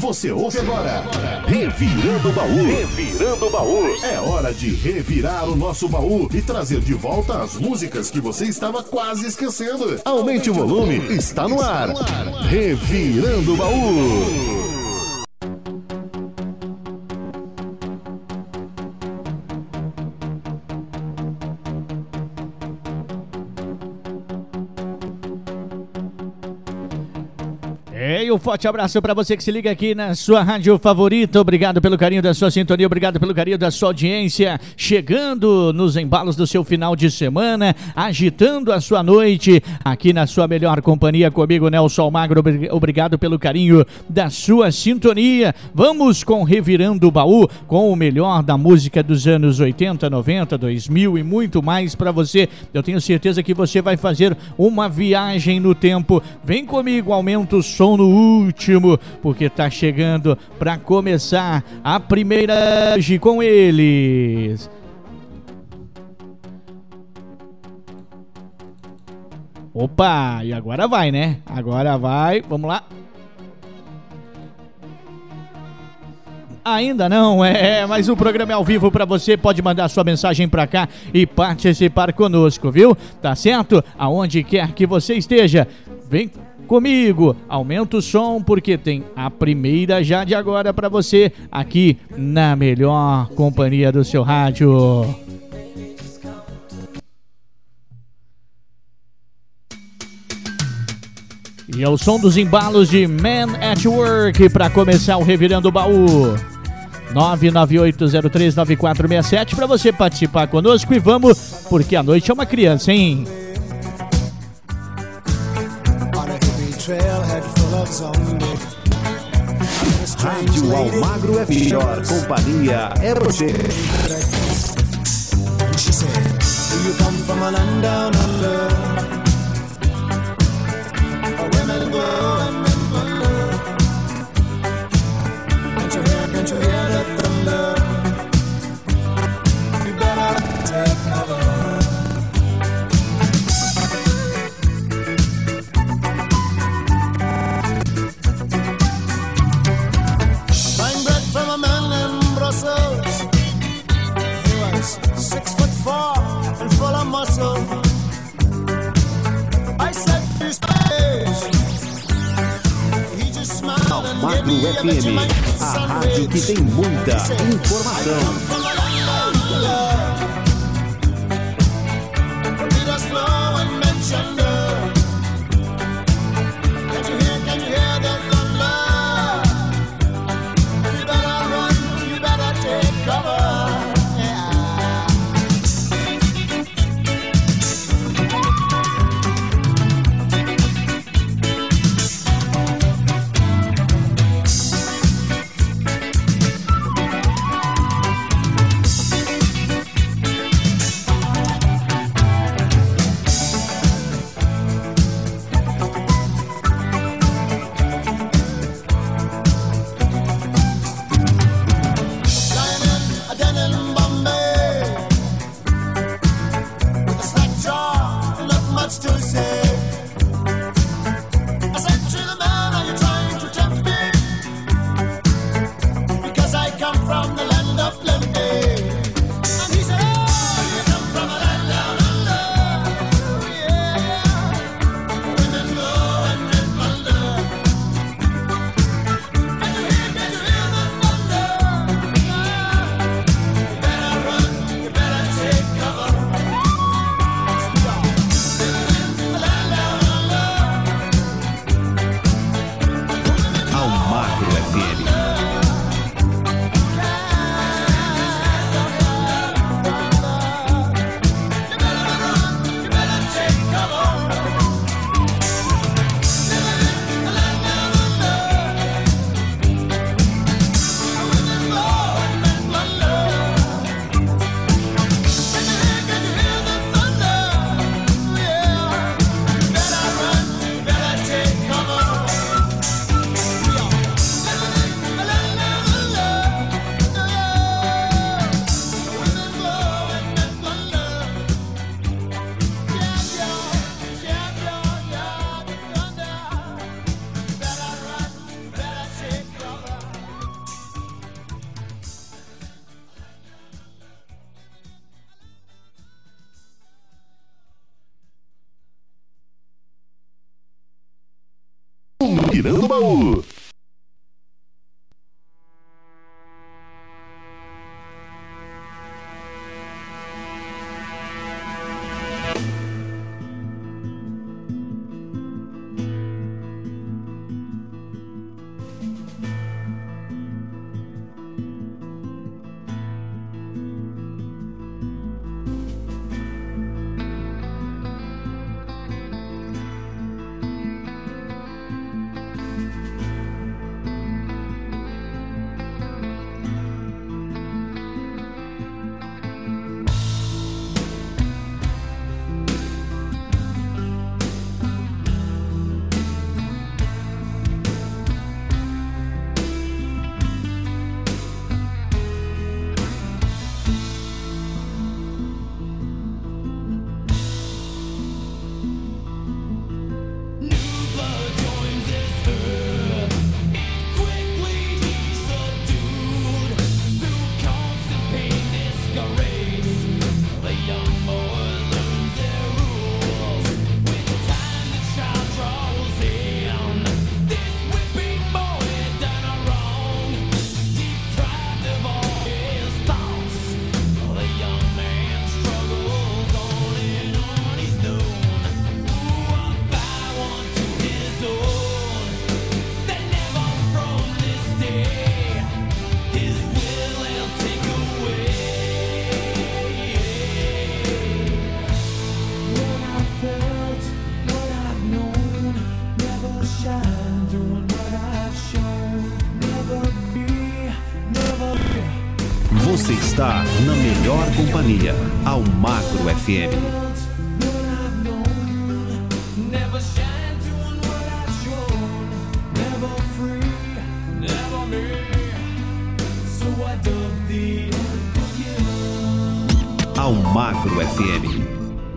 Você ouve agora Revirando o Baú. Revirando o Baú. É hora de revirar o nosso baú e trazer de volta as músicas que você estava quase esquecendo. Aumente o volume, está no ar. Revirando o Baú. Um forte abraço para você que se liga aqui na sua rádio favorita. Obrigado pelo carinho da sua sintonia, obrigado pelo carinho da sua audiência. Chegando nos embalos do seu final de semana, agitando a sua noite, aqui na sua melhor companhia comigo, Nelson Almagro. Obrigado pelo carinho da sua sintonia. Vamos com Revirando o Baú, com o melhor da música dos anos 80, 90, 2000 e muito mais para você. Eu tenho certeza que você vai fazer uma viagem no tempo. Vem comigo, aumenta o som no último, porque tá chegando para começar a primeira hoje com eles. Opa, e agora vai, né? Agora vai, vamos lá. Ainda não, mas o programa é ao vivo para você, pode mandar sua mensagem para cá e participar conosco, viu? Tá certo? Aonde quer que você esteja, vem comigo, aumenta o som porque tem a primeira já de agora para você aqui na melhor companhia do seu rádio. E é o som dos embalos de Man at Work para começar o Revirando o Baú. 998039467 para você participar conosco e vamos, porque a noite é uma criança, hein? Rádio Almagro é melhor companhia, é você. Almagro FM, a rádio que tem muita informação. Virando o Baú. Você está na melhor companhia, Almagro FM. Almagro FM.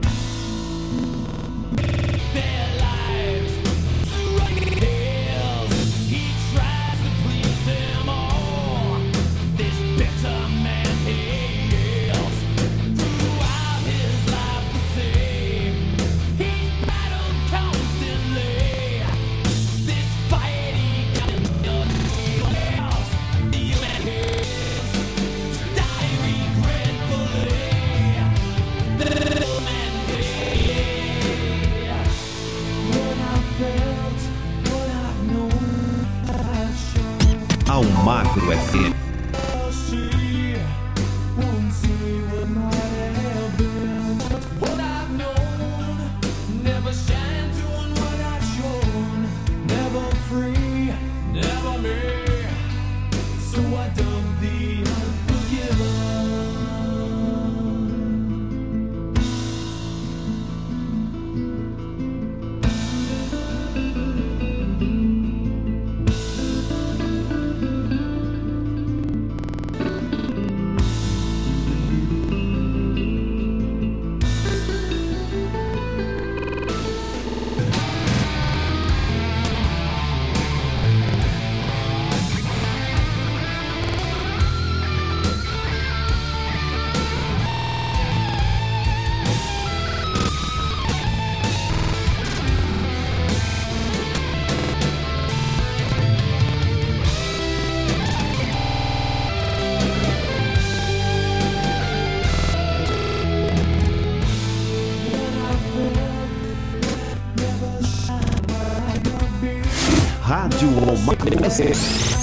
Almagro FM. Rádio Almagro FM.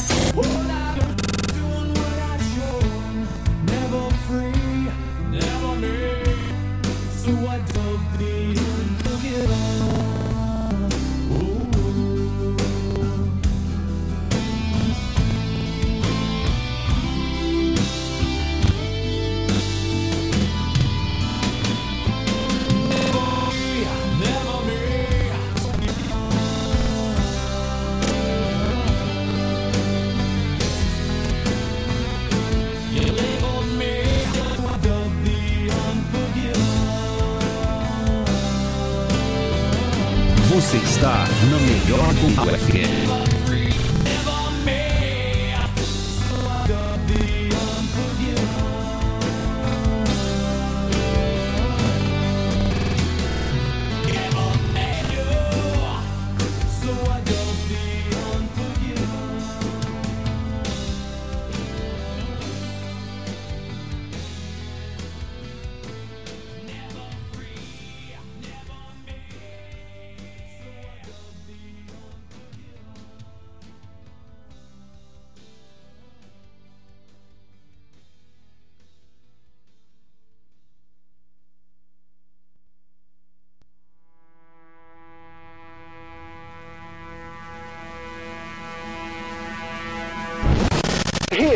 Você está na melhor companhia FM.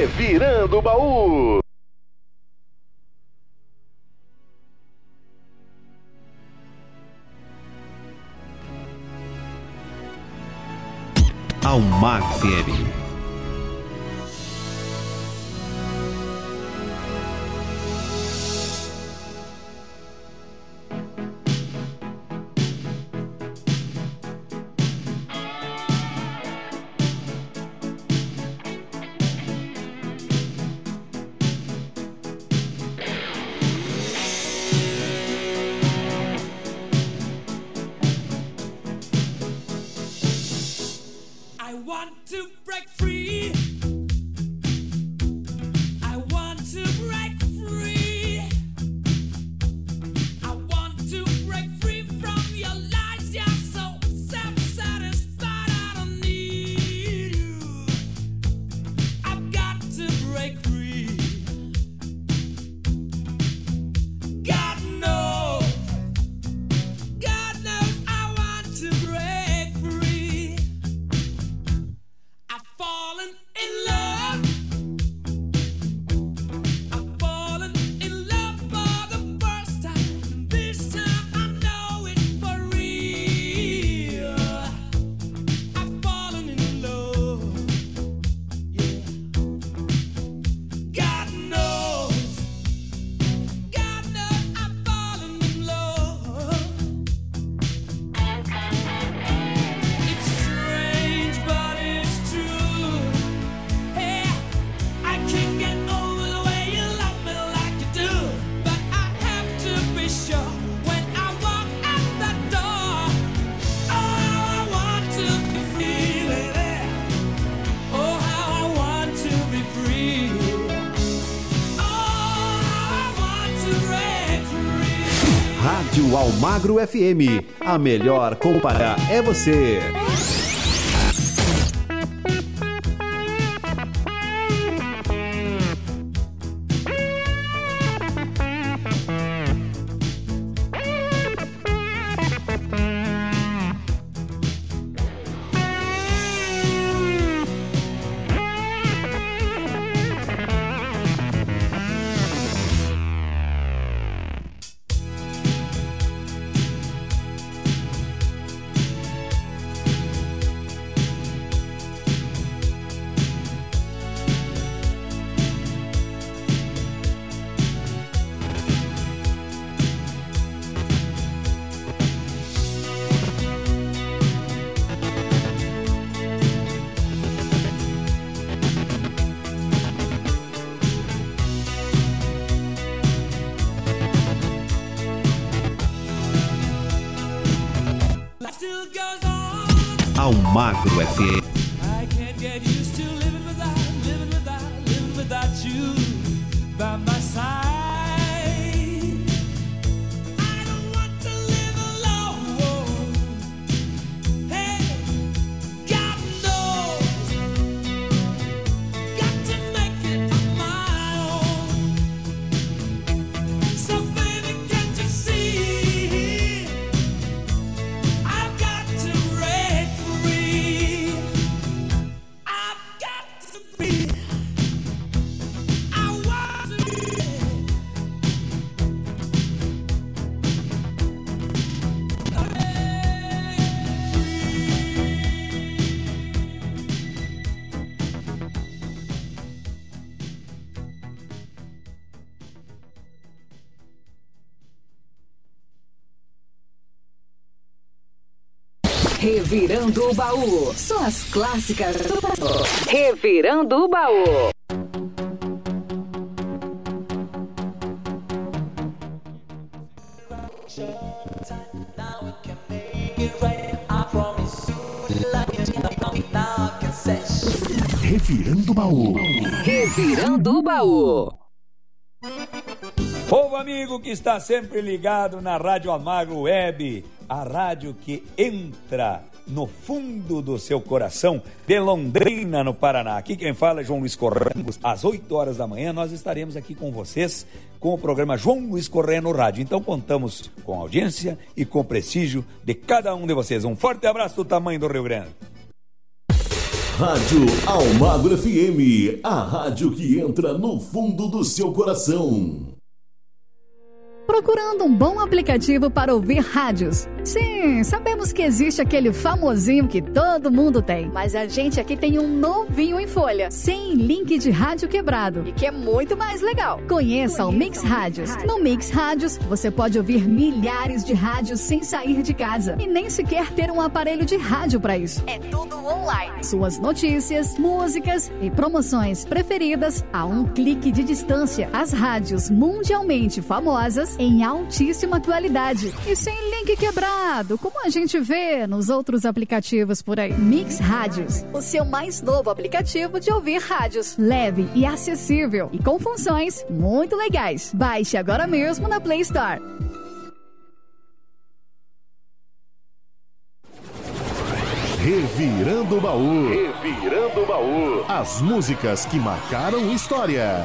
Revirando o Baú. Almagro FM. Rádio Almagro FM. A melhor companhia é você. Almagro FM. I can't get used to living without you by my side. I don't want to live alone. Hey, God knows, got to make it on my own. So baby, can't you see? I've got to break free. I've got to be. I want to be. Revirando o Baú. Só as clássicas do passado. Revirando o Baú. Revirando o Baú. Revirando o Baú. Povo amigo que está sempre ligado na Rádio Almagro Web, a rádio que entra no fundo do seu coração, de Londrina, no Paraná. Aqui quem fala é João Luiz Correia. Às 8 horas da manhã nós estaremos aqui com vocês com o programa João Luiz Correia no rádio. Então contamos com a audiência e com o prestígio de cada um de vocês. Um forte abraço do tamanho do Rio Grande. Rádio Almagro FM, a rádio que entra no fundo do seu coração. Procurando um bom aplicativo para ouvir rádios? Sim, sabemos que existe aquele famosinho que todo mundo tem, mas a gente aqui tem um novinho em folha, sem link de rádio quebrado e que é muito mais legal. Conheça o Mix Rádios. No Mix Rádios, você pode ouvir milhares de rádios sem sair de casa e nem sequer ter um aparelho de rádio para isso. É tudo online. Suas notícias, músicas e promoções preferidas a um clique de distância. As rádios mundialmente famosas em altíssima qualidade e sem link quebrado, como a gente vê nos outros aplicativos por aí. Mix Rádios, o seu mais novo aplicativo de ouvir rádios, leve e acessível e com funções muito legais. Baixe agora mesmo na Play Store. Revirando o baú. Revirando o baú. As músicas que marcaram história.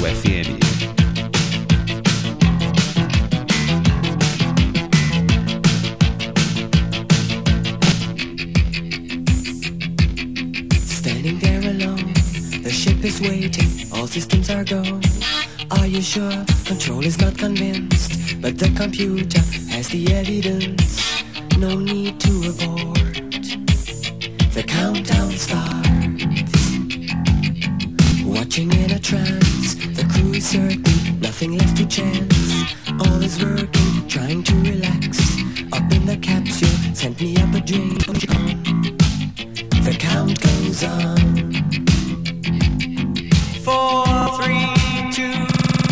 FM. Standing there alone, the ship is waiting, all systems are go. Are you sure? Control is not convinced, but the computer has the evidence. No need to abort. The countdown starts. Watching in a trance, the crew is certain, nothing left to chance. All is working, trying to relax. Up in the capsule, sent me up a drink. The count goes on. 4, 3, 2.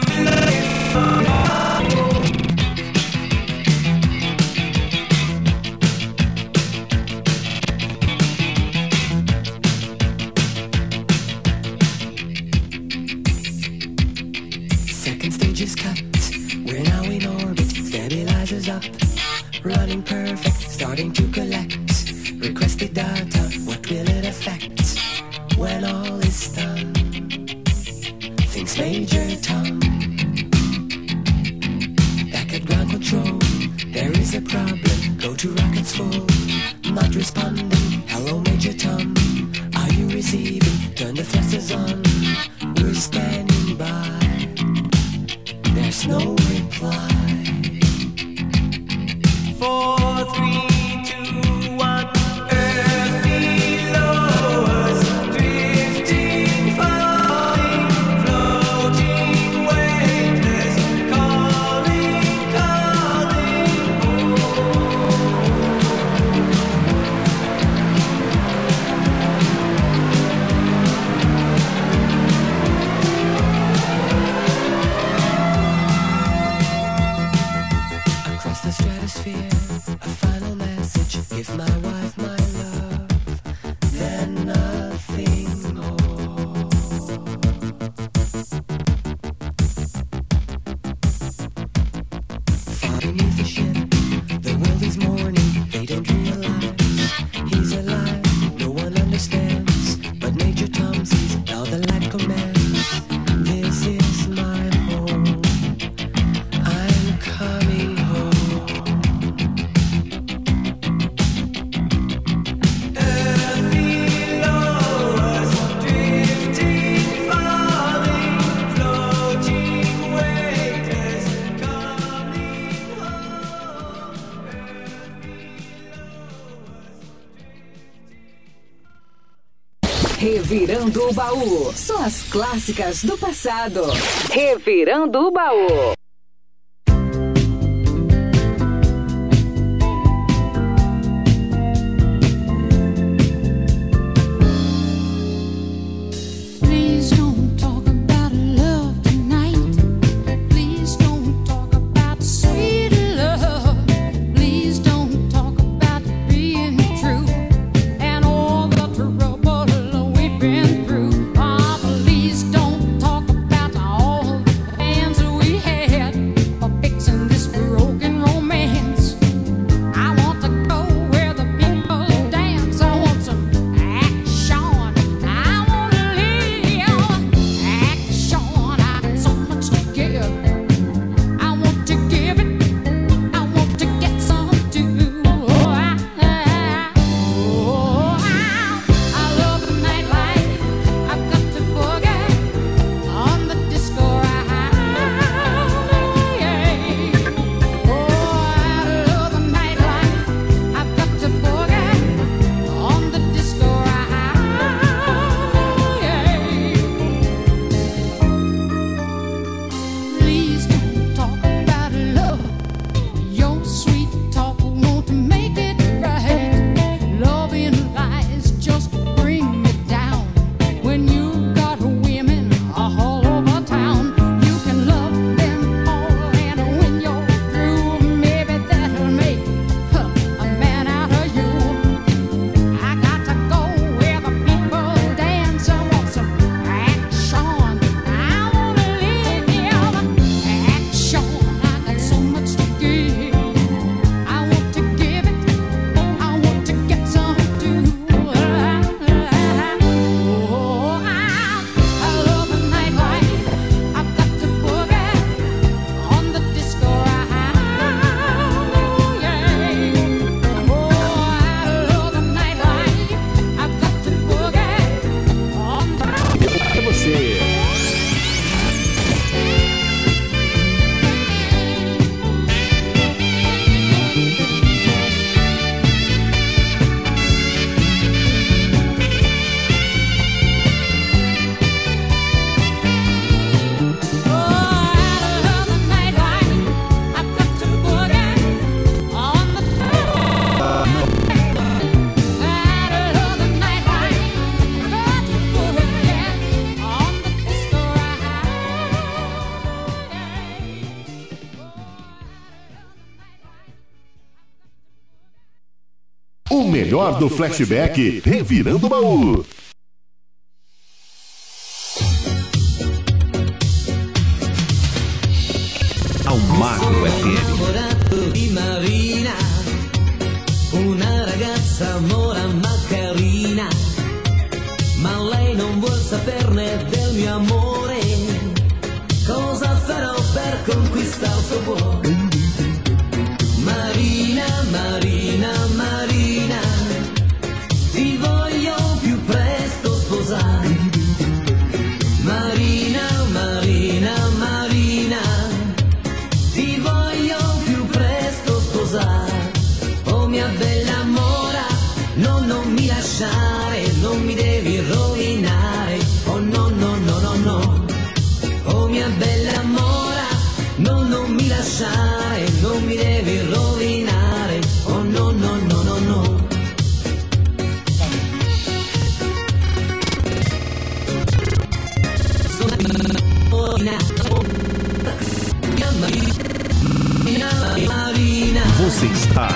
Second stage is cut. We're now in orbit. Stabilizers up. Running perfect. Starting to collect. Requested data. What will it affect when all is done? Thinks Major Tom. Back at ground control. There is a problem. Go to rockets full. Not responding. Hello, Major Tom. Are you receiving? Turn the thrusters on. We're standing by. There's no reply. 4, 3, 2, 1. Earth below us, drifting, falling, floating, weightless, calling, calling across the stratosphere, a final message. Give my wife my love, then nothing more. Far beneath the ship, the world is mourning. They don't realize he's alive. No one understands, but Major Tom sees how the light commands. This is my home. I'm coming home. Earth below us, drifting, falling, floating, weightless, coming home. Revirando o baú. Só as clássicas do passado. Revirando o baú. Please don't talk about love tonight. Please don't talk about sweet love. Please don't talk about being true and all the trouble we've been through. Please don't talk about all the plans we had. O melhor do flashback, Revirando o Baú. Almagro FM. Innamorato di Marina, una ragazza mora ma carina, ma lei non vuol saperne del mio amore. Cosa farò per conquistar suo cuore? Marina, Marina, Marina, ti voglio più presto sposare. Marina, Marina, Marina, ti voglio più presto sposare. Oh mia bella mora, no, non mi lasciare, non mi devi rovinare. Oh no, no, no, no, no. Oh mia bella mora, no, non mi lasciare, non mi devi rovinare. Oh no, no, no, no, no. Você está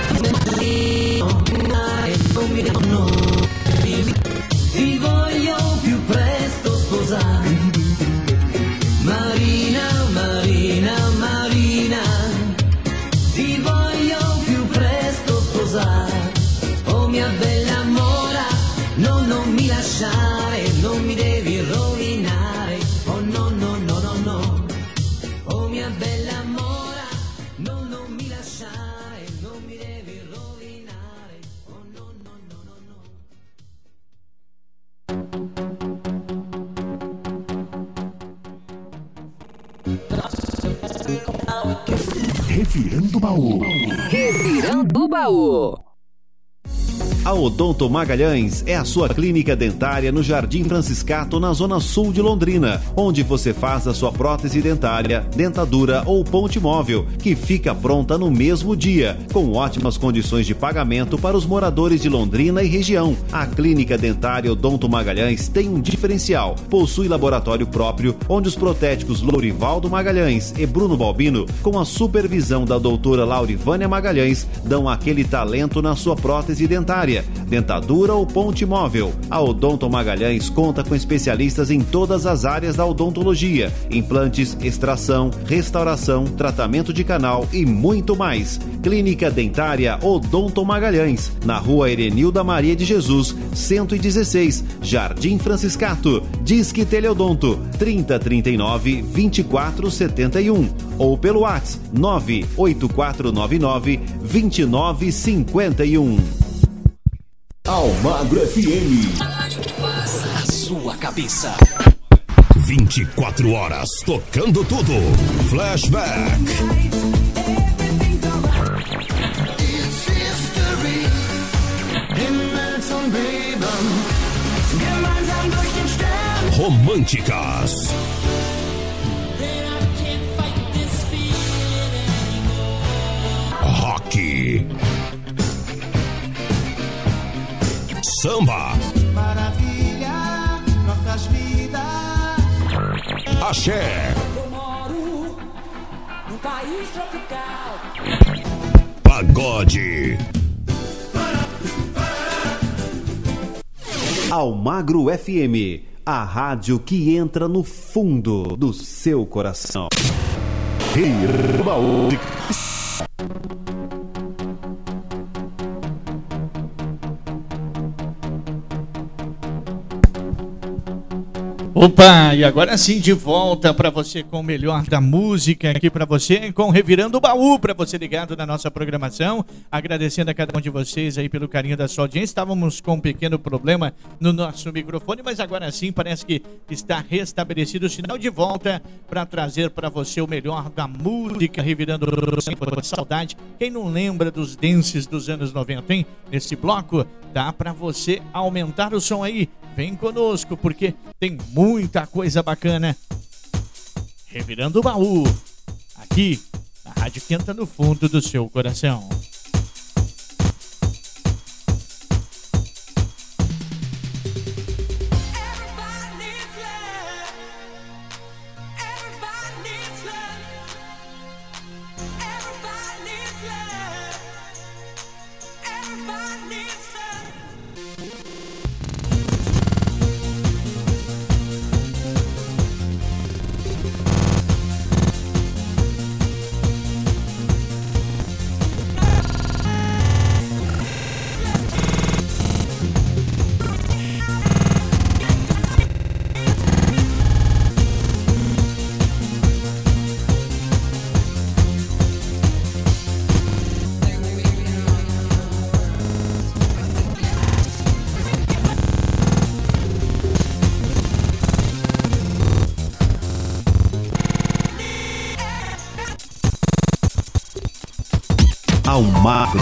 Ti voglio più presto sposare. Marina, Marina, Marina, ti voglio più presto sposare. Oh mia bella mora, no, non mi lasciare, non mi devi rovinare. Oh no, no, no, no, no. Oh mia bella mora, no, non mi lasciare, non mi devi rovinare. Oh no, no, no, no, no. Revirando o Baú. Revirando o Baú. A Odonto Magalhães é a sua clínica dentária no Jardim Franciscato, na zona sul de Londrina, onde você faz a sua prótese dentária, dentadura ou ponte móvel, que fica pronta no mesmo dia, com ótimas condições de pagamento para os moradores de Londrina e região. A clínica dentária Odonto Magalhães tem um diferencial. Possui laboratório próprio, onde os protéticos Lourivaldo Magalhães e Bruno Balbino, com a supervisão da doutora Laurivânia Magalhães, dão aquele talento na sua prótese dentária, dentadura ou ponte móvel. A Odonto Magalhães conta com especialistas em todas as áreas da odontologia: implantes, extração, restauração, tratamento de canal e muito mais. Clínica Dentária Odonto Magalhães, na Rua Herenilda Maria de Jesus, 116, Jardim Franciscato. Disque Teleodonto 3039 2471 ou pelo WhatsApp 98499 2951. Almagro FM. A sua cabeça. 24 horas tocando tudo. Flashback. Românticas. Rock. Samba. Maravilha, nossas vidas. Axé. Eu moro num país tropical. Pagode. Almagro FM, a rádio que entra no fundo do seu coração. Revirando o Baú. Opa, e agora sim de volta para você com o melhor da música aqui para você, com Revirando o Baú, para você ligado na nossa programação. Agradecendo a cada um de vocês aí pelo carinho da sua audiência. Estávamos com um pequeno problema no nosso microfone, mas agora sim parece que está restabelecido o sinal de volta para trazer para você o melhor da música, Revirando o Baú. Saudade. Quem não lembra dos dances dos anos 90, hein? Nesse bloco, dá para você aumentar o som aí. Vem conosco, porque tem muita coisa bacana. Revirando o Baú, aqui na Rádio que entra no fundo do seu coração. Everybody needs Almagro.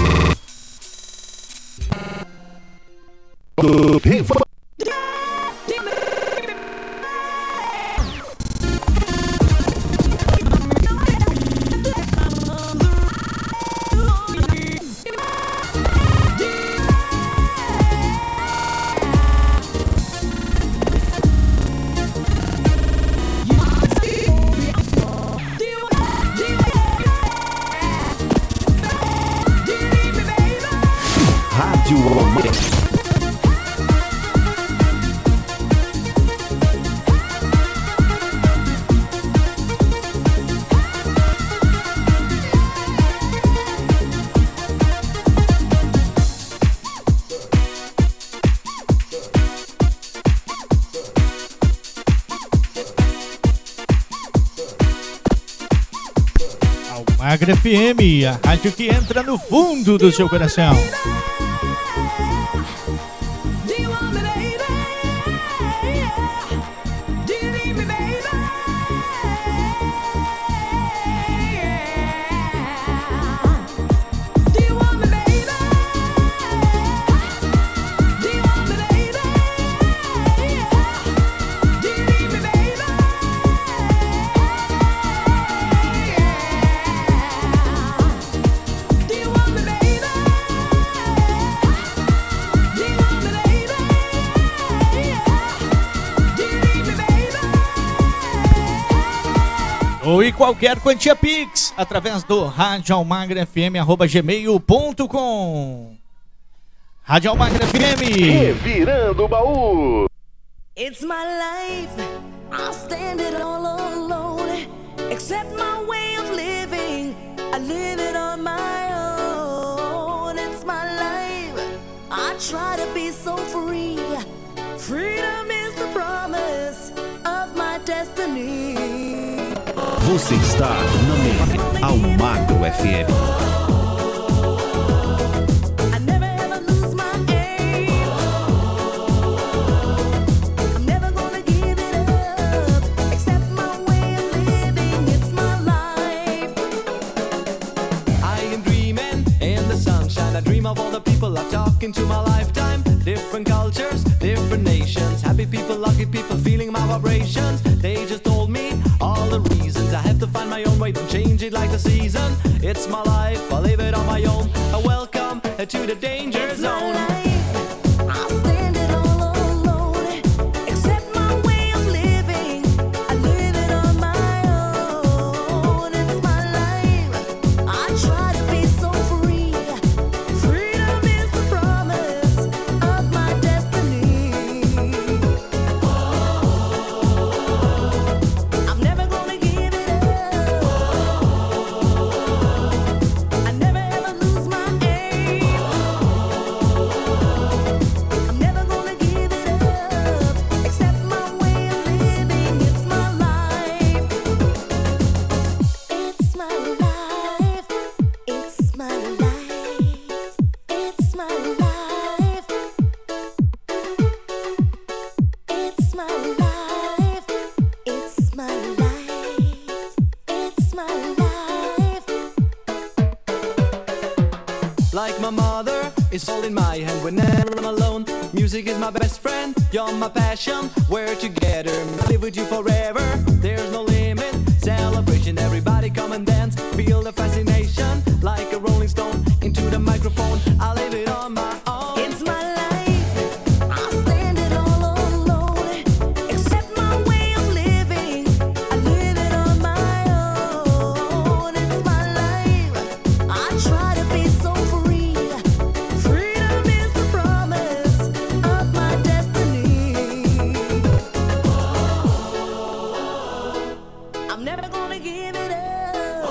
Rádio Almagro. Almagro FM, a rádio que entra no fundo do seu coração. Ou em qualquer quantia Pix, através do radioalmagrofm@gmail.com. Rádio Almagro FM. Revirando o baú. It's my life, I'll stand it all alone. Accept my way of living, I live it on my own. It's my life, I try to be so free. Freedom is the promise of my destiny. Você está na Almagro FM. I dream of all the people I've talked into my lifetime. Different cultures, different nations. Happy people, lucky people, feeling my vibrations. They just told me all the reasons. I have to find my own way, don't change it like the season. It's my life, I'll live it on my own. Welcome to the danger zone. Like my mother is holding my hand whenever I'm alone. Music is my best friend, you're my passion. We're together, I live with you forever. There's no limit, celebration. Everybody come and dance, feel the fascination. Like a rolling stone into the microphone, I live it on my own. It's my life, I'll stand it all alone. Accept my way of living, I live it on my own. It's my life, I try to be so free. Freedom is the promise of my destiny. I'm never gonna give it up.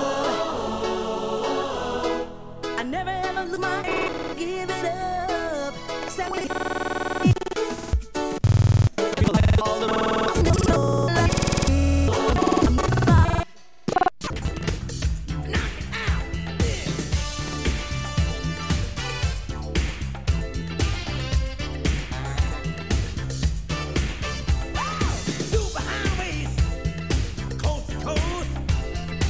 I never ever lose my give it up. Except when All the Super highways, coast to coast.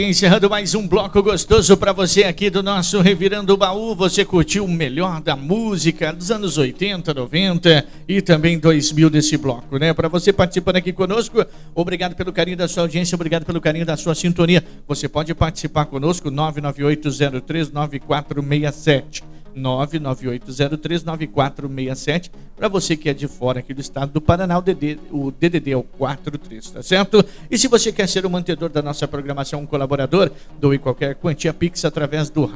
encerrando mais um bloco gostoso para você aqui do nosso Revirando o Baú. Você curtiu o melhor da música dos anos 80, 90 e também 2000 desse bloco, né? Para você participando aqui conosco, obrigado pelo carinho da sua audiência, obrigado pelo carinho da sua sintonia. Você pode participar conosco, 998039467. 998039467. Para você que é de fora aqui do estado do Paraná, o DDD é o 43, tá certo? E se você quer ser o mantedor da nossa programação, um colaborador, doe qualquer quantia Pix através do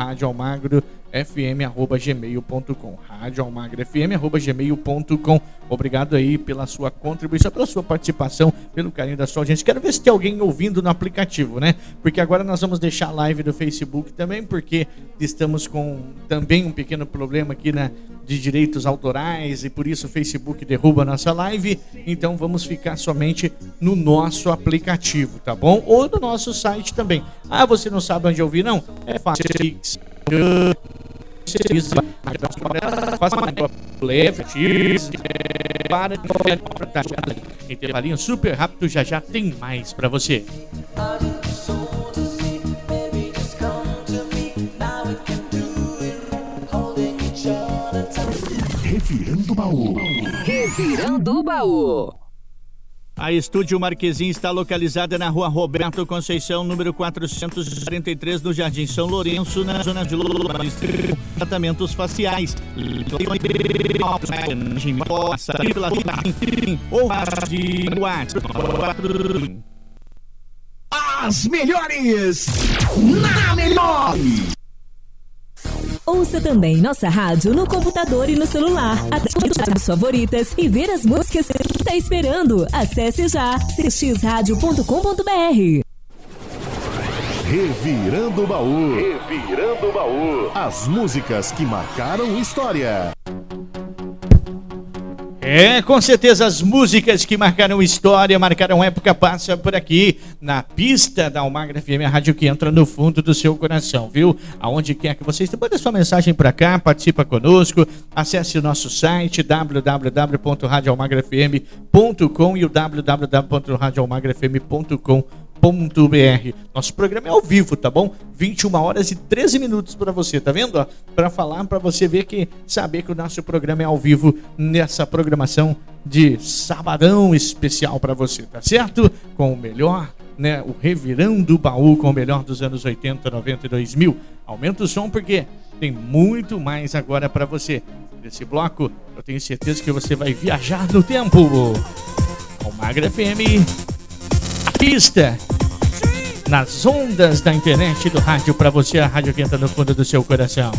radioalmagrofm@gmail.com. radioalmagrofm@gmail.com. Obrigado aí pela sua contribuição, pela sua participação, pelo carinho da sua audiência. Quero ver se tem alguém ouvindo no aplicativo, né? Porque agora nós vamos deixar a live do Facebook também, porque estamos com também um pequeno problema aqui de direitos autorais e por isso o Facebook derruba a nossa live. Então vamos ficar somente no nosso aplicativo, tá bom? Ou no nosso site também. Ah, você não sabe onde ouvir? Não? É fácil. Faça uma para intervalinho super rápido, já tem mais pra você. Revirando o Baú. Revirando o Baú. A Estúdio Marquezinho está localizada na Rua Roberto Conceição, número 443, no Jardim São Lourenço, na zona de tratamentos faciais. As melhores na melhor. Ouça também nossa rádio no computador e no celular, através das favoritas e ver as músicas que você está esperando. Acesse já cxradio.com.br. Revirando o Baú. Revirando o Baú. As músicas que marcaram história. É, com certeza as músicas que marcaram história, marcaram época, passa por aqui, na pista da Almagra FM, a rádio que entra no fundo do seu coração, viu? Aonde quer que você esteja, manda sua mensagem para cá, participa conosco, acesse o nosso site, www.radioalmagrafm.com e o www.radioalmagrafm.com.br. Nosso programa é ao vivo, tá bom? 21 horas e 13 minutos para você, tá vendo? Para falar, para você ver saber que o nosso programa é ao vivo nessa programação de sabadão especial para você, tá certo? Com o melhor, né? O Revirando o Baú com o melhor dos anos 80, 90 e 2000. Aumenta o som porque tem muito mais agora para você. Nesse bloco, eu tenho certeza que você vai viajar no tempo. Almagra FM. Pista nas ondas da internet do rádio para você, a rádio que entra no fundo do seu coração.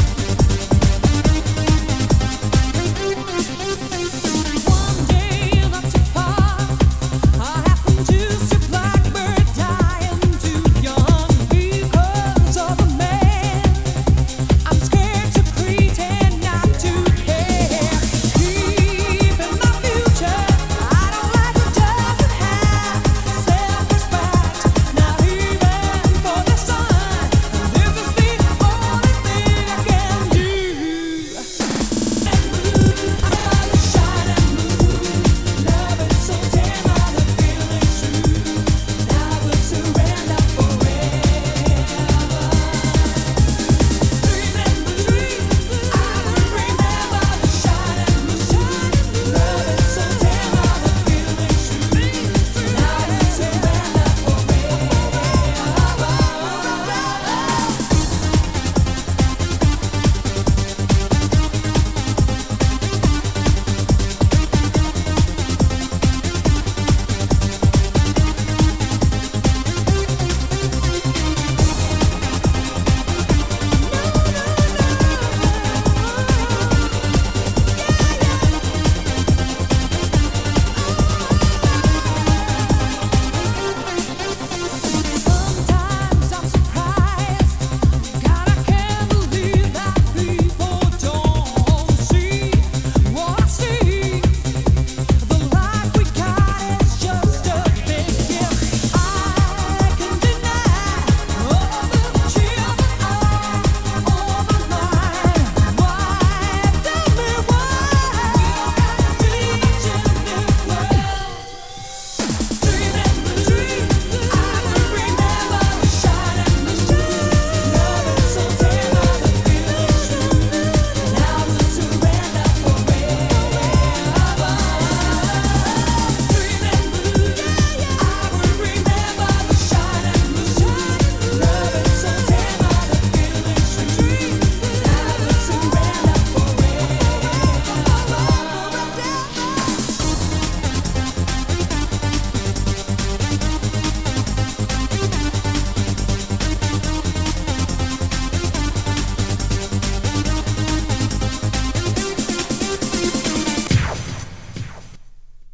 One day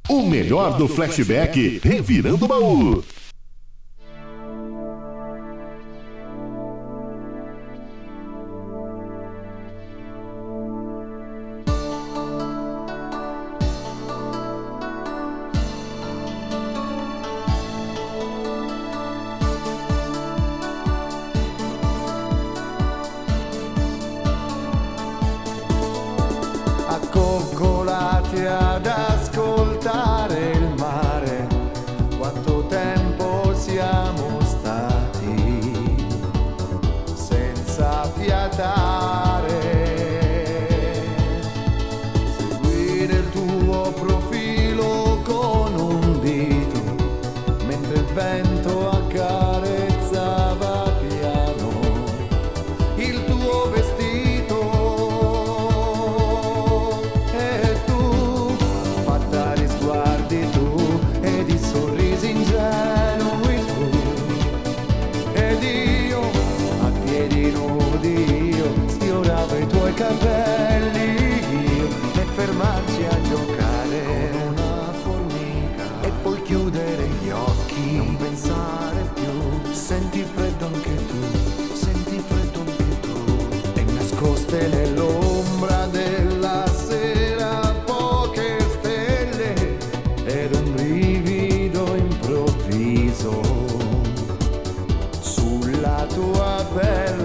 O melhor do flashback, Revirando o Baú. Accoccolati ad ascoltare il mare, quanto tempo siamo stati senza fiatare, seguire il tuo profilo con un dito, mentre il vento accarezzava piano il tuo vestito. Capelli e fermarci a giocare con una formica e poi chiudere gli occhi, non pensare più, senti freddo anche tu, senti freddo anche tu, e nascoste nell'ombra della sera poche stelle ed un brivido improvviso sulla tua pelle.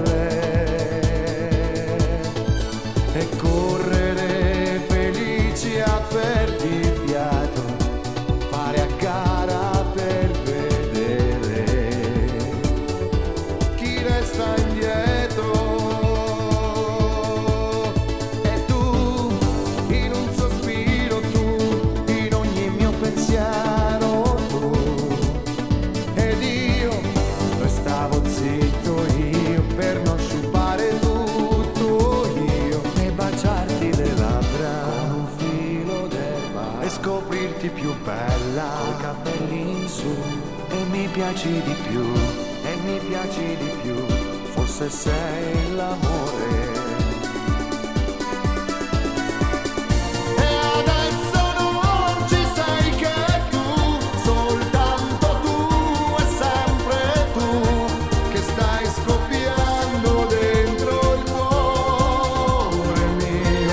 Perdi fiato, fare a gara per vedere chi resta indietro. E tu, in un sospiro, tu, in ogni mio pensiero, tu. Ed io restavo zitto, io, per non sciupare tutto io e baciarti le labbra e scoprirti più bella, coi capelli in su, e mi piaci di più, e mi piaci di più, forse sei l'amore. E adesso non ci sei che tu, soltanto tu e sempre tu, che stai scoppiando dentro il cuore mio.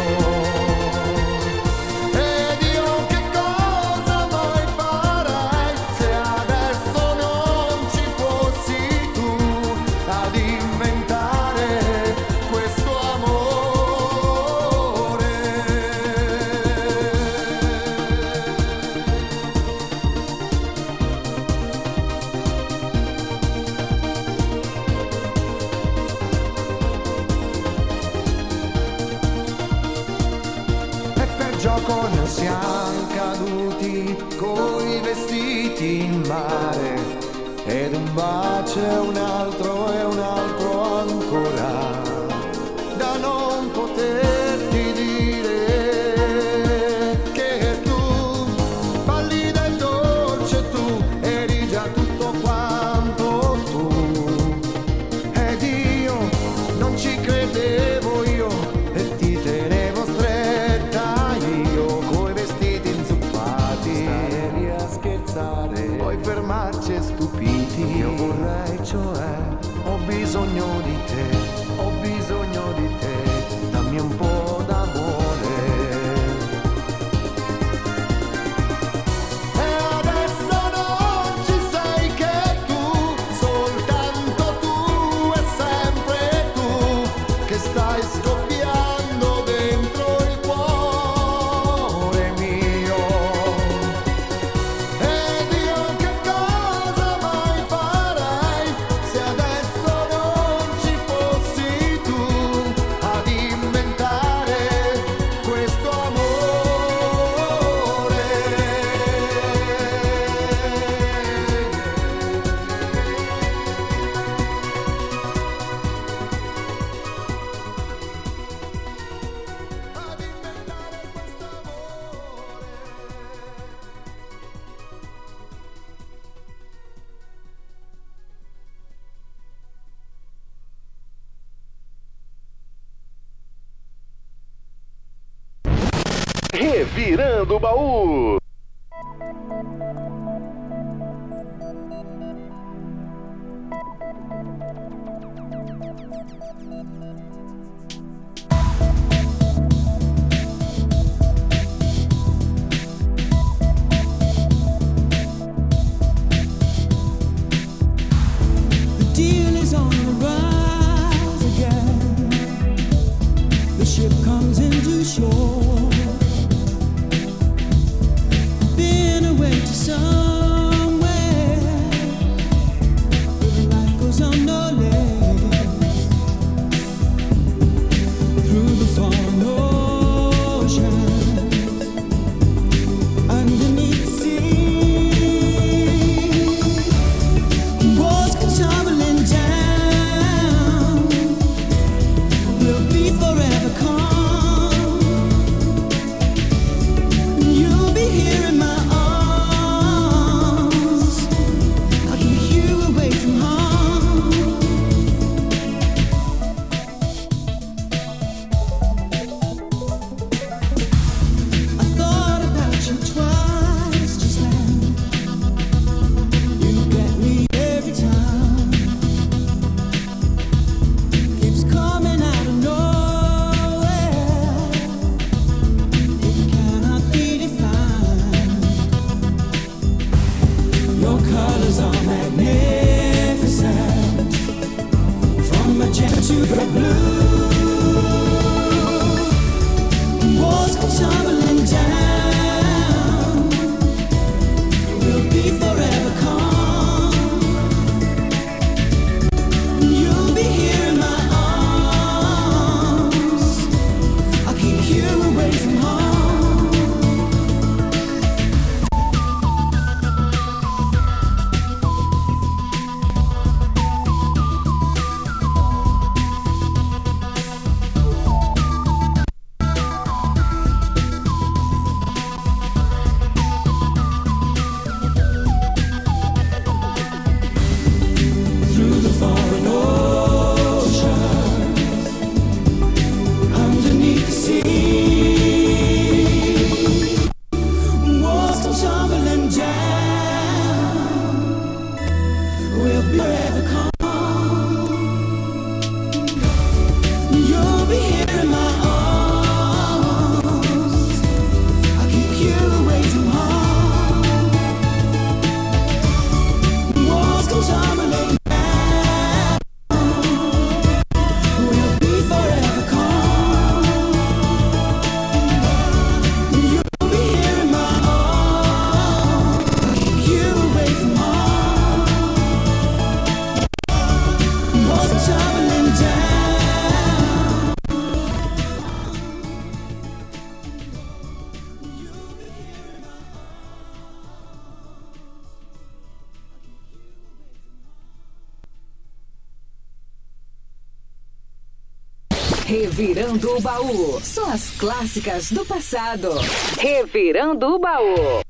Gioco ne siamo caduti coi vestiti in mare, ed un bacio e un altro ancora, da non poterti dire che tu balli del dolce, tu eri già tutto quanto tu, ed io non ci credevo io e ti tenevo stretta io, coi vestiti inzuppati, stare lì a scherzare, poi fermarci stupiti. Io vorrei, cioè, ho bisogno di te, ho bisogno di te, dammi un po' d'amore. E adesso non ci sei che tu, soltanto tu e sempre tu, che stai scoppiando dentro il cuore mio. Ed io che cosa mai farei se adesso non ci fossi tu ad inventare questo amore. Revirando o Baú. Revirando o baú. Só as clássicas do passado. Revirando o baú.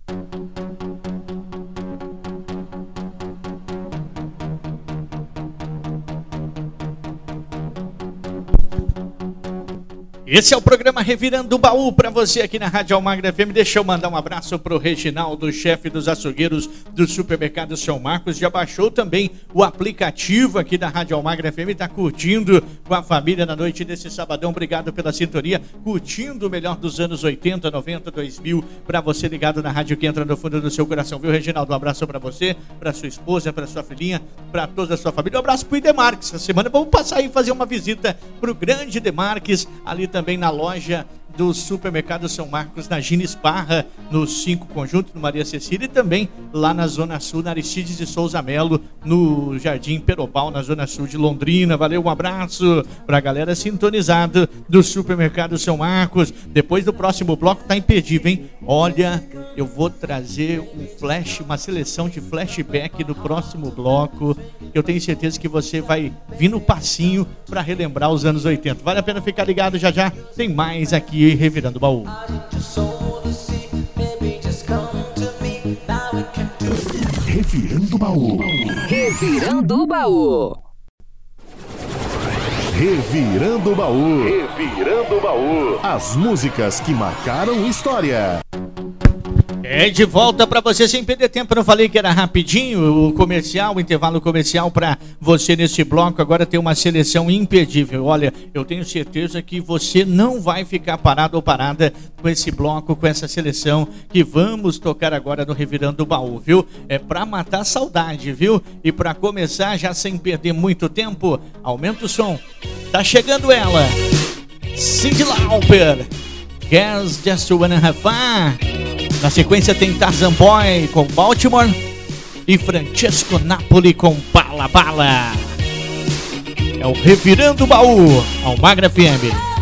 Esse é o programa Revirando o Baú para você aqui na Rádio Almagre FM. Deixa eu mandar um abraço pro Reginaldo, chefe dos açougueiros do supermercado São Marcos. Já baixou também o aplicativo aqui da Rádio Almagre FM. Tá curtindo com a família na noite desse sabadão. Obrigado pela sintonia. Curtindo o melhor dos anos 80, 90, 2000 para você ligado na rádio que entra no fundo do seu coração. Viu, Reginaldo? Um abraço para você, para sua esposa, para sua filhinha, para toda a sua família. Um abraço pro Idemarques. Essa semana vamos passar aí e fazer uma visita pro grande Idemarques, ali também na loja do supermercado São Marcos, na Gines Barra, nos 5 conjuntos, no Maria Cecília, e também lá na Zona Sul, na Aristides de Souza Melo, no Jardim Perobal, na Zona Sul de Londrina. Valeu, um abraço pra galera sintonizada do supermercado São Marcos. Depois do próximo bloco tá imperdível, hein? Olha, eu vou trazer um flash, uma seleção de flashback do próximo bloco. Eu tenho certeza que você vai vir no passinho pra relembrar os anos 80. Vale a pena ficar ligado, já já tem mais aqui Revirando o Baú. Revirando o Baú. Revirando o Baú. Revirando o Baú. Revirando o Baú. As músicas que marcaram história. É de volta para você sem perder tempo. Eu não falei que era rapidinho o comercial, o intervalo comercial para você neste bloco. Agora tem uma seleção imperdível. Olha, eu tenho certeza que você não vai ficar parado ou parada com esse bloco, com essa seleção que vamos tocar agora no Revirando o Baú, viu? É para matar a saudade, viu? E para começar, já sem perder muito tempo, aumenta o som. Tá chegando ela, Cyndi Lauper, Girls Just Wanna Have Fun. Na sequência tem Tarzan Boy com Baltimore e Francesco Napoli com Bala Bala. É o Revirando o Baú, Almagre FM.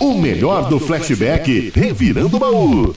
O melhor do flashback, revirando o baú.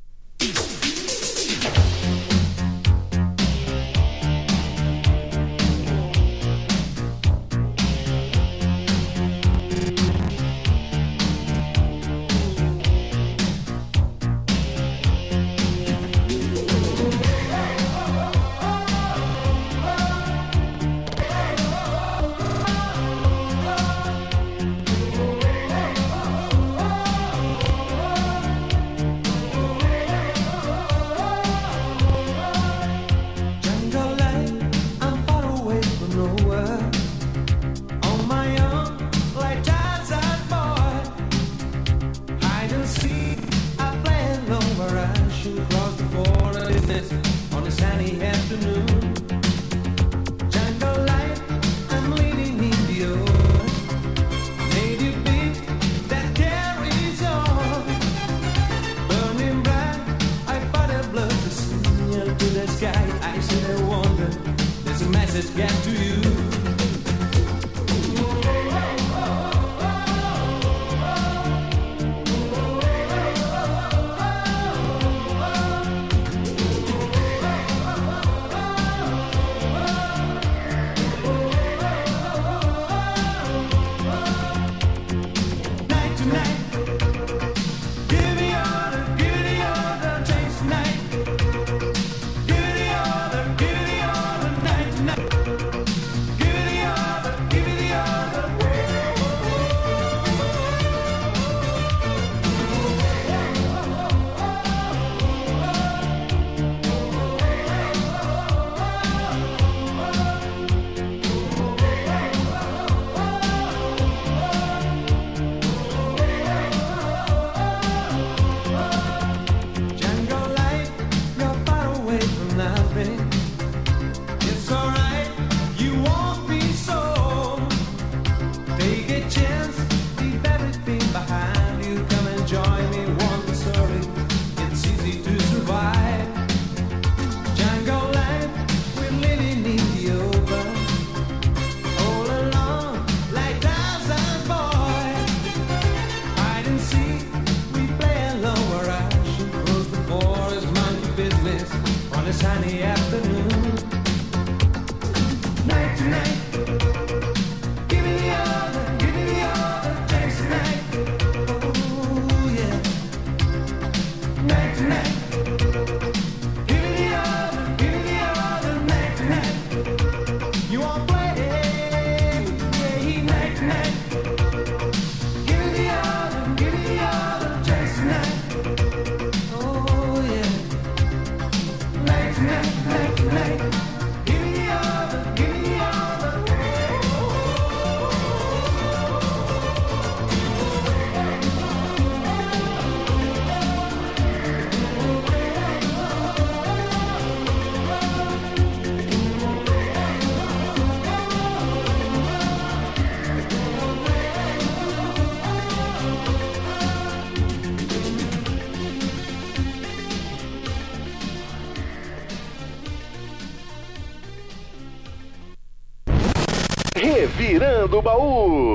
Revirando o baú.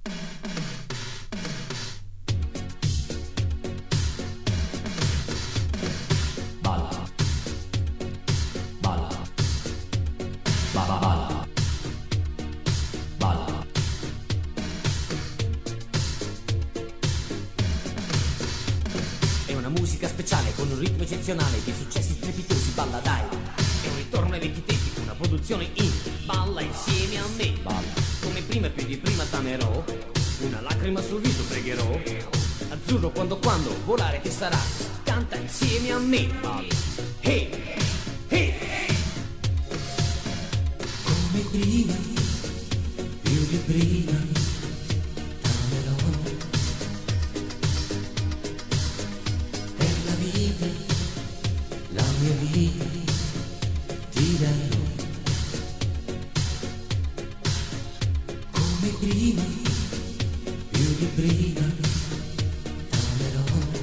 Bala. Bala. Bala. Bala. Bala. È una musica speciale con un ritmo eccezionale di successi strepitosi, balla dai. È un ritorno ai vecchi tempi, una produzione indie. Balla insieme a me, balla. Come prima e più di prima t'amerò. Una lacrima sul viso pregherò. Azzurro quando volare che sarà. Canta insieme a me, balla. Hey, hey, hey. Come prima, più di prima t'amerò. Per la vita, la mia vita ti darò. Come prima, più di prima t'amerò.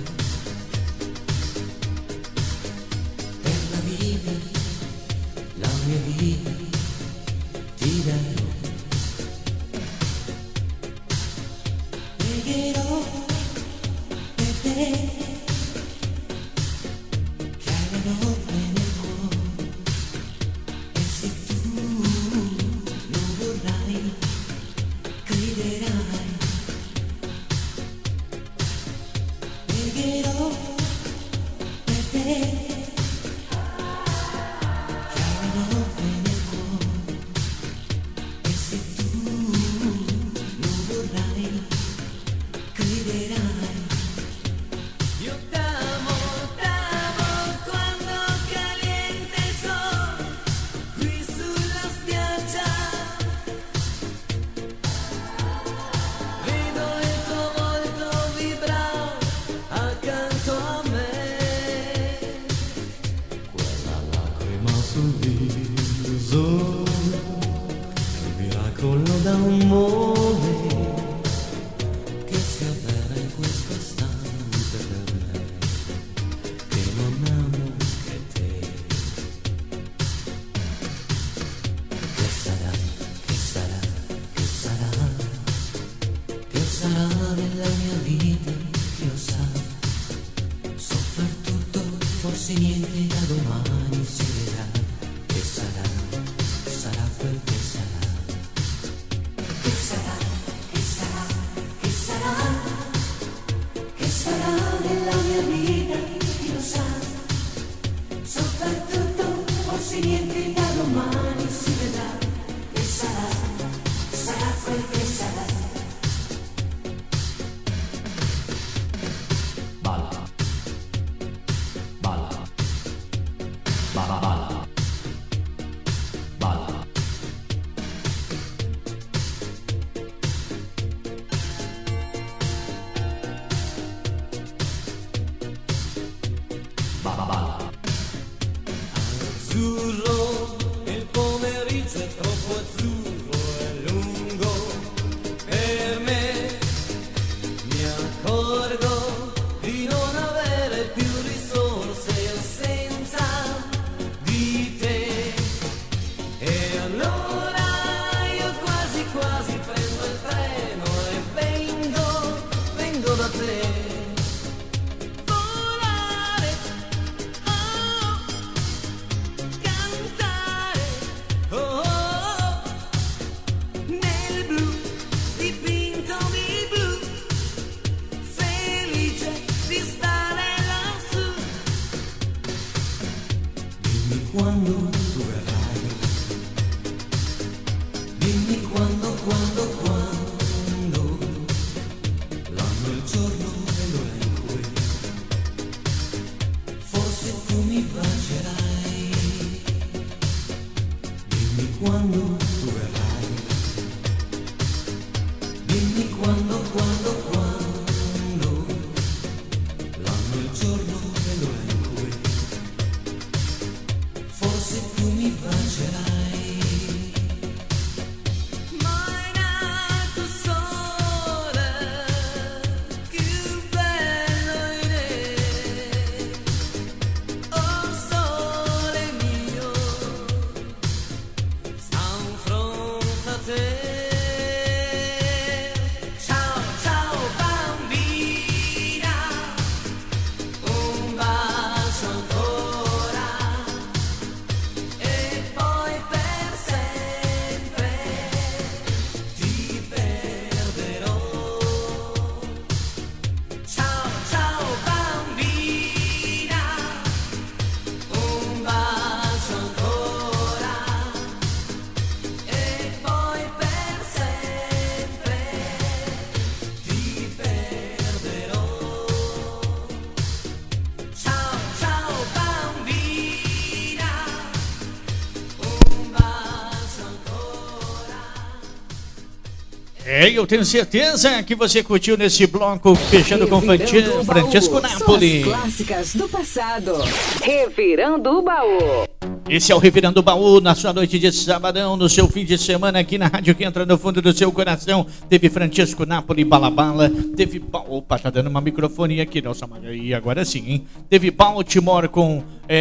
Per la vita, la mia vita ti darò. Pregherò sorriso, il miracolo d'amore che si avvera in questo istante per me, che non amo che te. Che sarà, che sarà, che sarà, che sarà nella mia vita, Dio sa. So far tutto, forse niente da domani si vedrà. Che sarà, sarà quel che sarà. Che sarà, che sarà, che sarà, che sarà nella mia vita, Dio sa. So far tutto, forse niente da domani si vedrà. Che sarà, sarà quel che sarà. Balla, balla, balla, balla, balla. Balla, balla. Azzurro, il pomeriggio è troppo azzurro e lungo per me. Mi accorgo di non avere più risorse senza di te. E allora io quasi quasi prendo il treno e vengo da te. Volare, oh, cantare, oh, oh, nel blu, dipinto di blu, felice di stare lassù. Dimmi quando tu verrai, dimmi quando, l'anno, il giorno e l'ora in cui forse tu mi bacerai. Dimmi quando tu verrai, dimmi quando, l'anno, il giorno e l'ora in cui forse tu mi bacerai. Mai nato sole, più bello in te. Oh sole mio, sta in fronte a te. Ciao, ciao bambina, un bacio ancora e poi per sempre ti perderò. Ciao, ciao bambina, un bacio ancora e poi per sempre ti perderò. Ciao, ciao bambina, un bacio ancora. Eu tenho certeza que você curtiu nesse bloco, fechando com Revirando o Francesco baú, Napoli. Suas clássicas do passado. Revirando o baú. Esse é o Revirando o Baú, na sua noite de sabadão, no seu fim de semana, aqui na rádio que entra no fundo do seu coração. Teve Francesco Napoli, Bala, teve... Opa, tá dando uma microfonia aqui, nossa, e agora sim, hein? Teve Baltimore com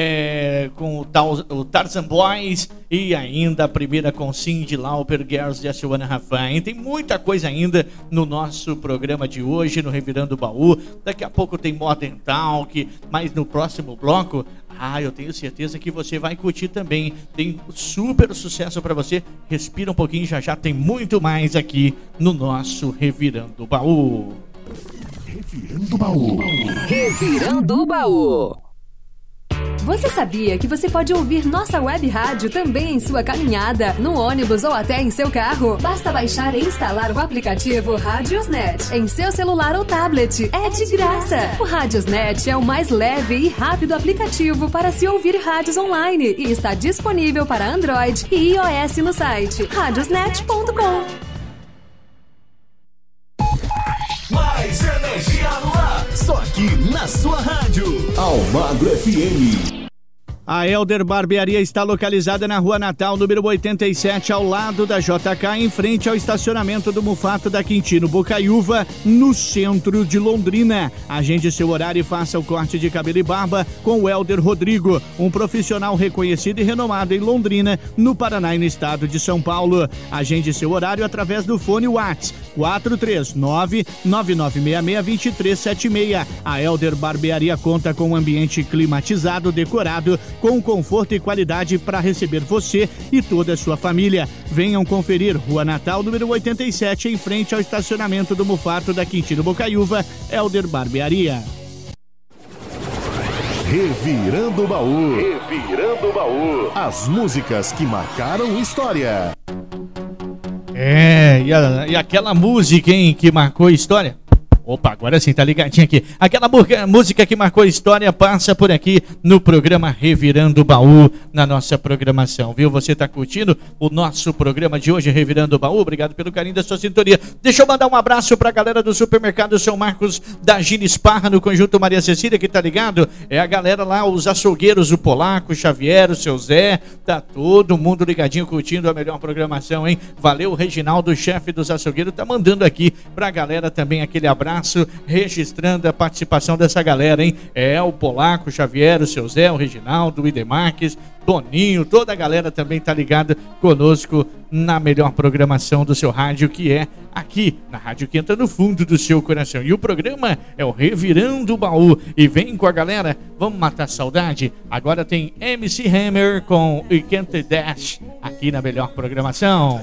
o Tarzan Boys e ainda a primeira com Cyndi Lauper, Girls Just Wanna Have Fun. Tem muita coisa ainda no nosso programa de hoje, no Revirando o Baú. Daqui a pouco tem Modern Talk, mas no próximo bloco... eu tenho certeza que você vai curtir também. Tem super sucesso pra você. Respira um pouquinho, já tem muito mais aqui no nosso Revirando o Baú. Revirando o Baú. Revirando o baú. Você sabia que você pode ouvir nossa web rádio também em sua caminhada, no ônibus ou até em seu carro? Basta baixar e instalar o aplicativo Radiosnet em seu celular ou tablet. É de graça! O Radiosnet é o mais leve e rápido aplicativo para se ouvir rádios online e está disponível para Android e iOS no site radiosnet.com. Mais energia no ar, só aqui na sua rádio. Almagro FM. A Elder Barbearia está localizada na Rua Natal, número 87, ao lado da JK, em frente ao estacionamento do Mufato da Quintino Bocaiúva, no centro de Londrina. Agende seu horário e faça o corte de cabelo e barba com o Elder Rodrigo, um profissional reconhecido e renomado em Londrina, no Paraná e no estado de São Paulo. Agende seu horário através do fone WhatsApp 439-9966-2376. A Elder Barbearia conta com um ambiente climatizado, decorado, com conforto e qualidade para receber você e toda a sua família. Venham conferir. Rua Natal, número 87, em frente ao estacionamento do Mufato da Quintino Bocaiúva, Elder Barbearia. Revirando o baú. Revirando o baú. As músicas que marcaram história. E aquela música, hein, que marcou história? Opa, agora sim, tá ligadinho aqui. Aquela música que marcou a história passa por aqui no programa Revirando o Baú, na nossa programação, viu? Você tá curtindo o nosso programa de hoje, Revirando o Baú? Obrigado pelo carinho da sua sintonia. Deixa eu mandar um abraço pra galera do Supermercado São Marcos da Gines Parra, no Conjunto Maria Cecília, que tá ligado? É a galera lá, os açougueiros, o Polaco, o Xavier, o seu Zé, tá todo mundo ligadinho, curtindo a melhor programação, hein? Valeu, o Reginaldo, o chefe dos açougueiros, tá mandando aqui pra galera também aquele abraço, registrando a participação dessa galera, hein? É o Polaco, o Xavier, o seu Zé, o Reginaldo, o Idemarques, Toninho, toda a galera também tá ligada conosco na melhor programação do seu rádio, que é aqui na Rádio que entra no fundo do seu coração. E o programa é o Revirando o Baú. E vem com a galera, vamos matar a saudade. Agora tem MC Hammer com We Can't Dash aqui na melhor programação.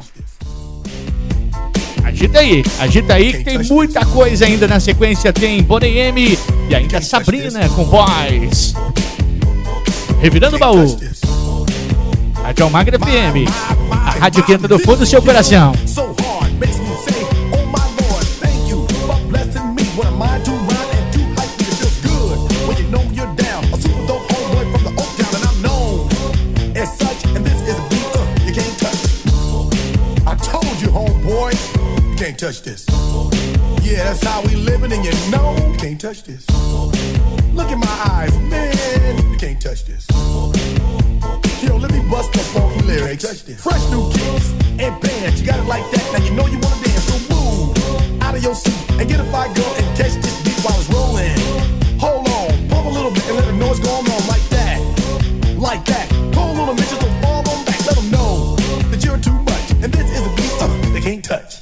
Agita aí que tem muita coisa ainda na sequência. Tem Bonnie M e ainda Sabrina com voz. Revirando o Baú. Rádio Almagre FM, a rádio que entra do fundo do seu coração. Can't touch this. Yeah, that's how we living, and you know, can't touch this. Look in my eyes, man, you can't touch this. Yo, let me bust the funky lyrics. Fresh new kicks and bands, you got it like that. Now you know you wanna dance, so move out of your seat and get a fire girl and catch this beat while it's rolling. Hold on, pump a little bit and let them know what's going on like that, like that. Call little bitches, don't fall on back, let them know that you're too much, and this is a beat they can't touch.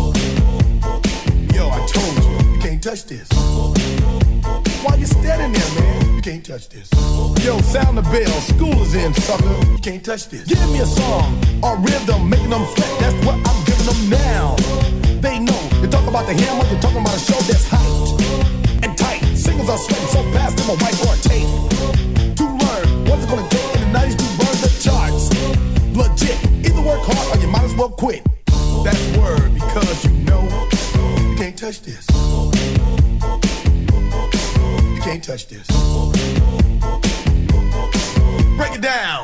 Touch this. Why you standing there, man? You can't touch this. Yo, sound the bell. School is in, sucker. You can't touch this. Give me a song, a rhythm, making them sweat. That's what I'm giving them now. They know. You talk about the hammer, you're talking about a show that's hyped and tight. Singles are sweating so fast, them a whiteboard tape. To learn what's it gonna take in the 90s to burn the charts. Legit. Either work hard or you might as well quit. That's word, because you know you can't touch this. You can't touch this. Break it down.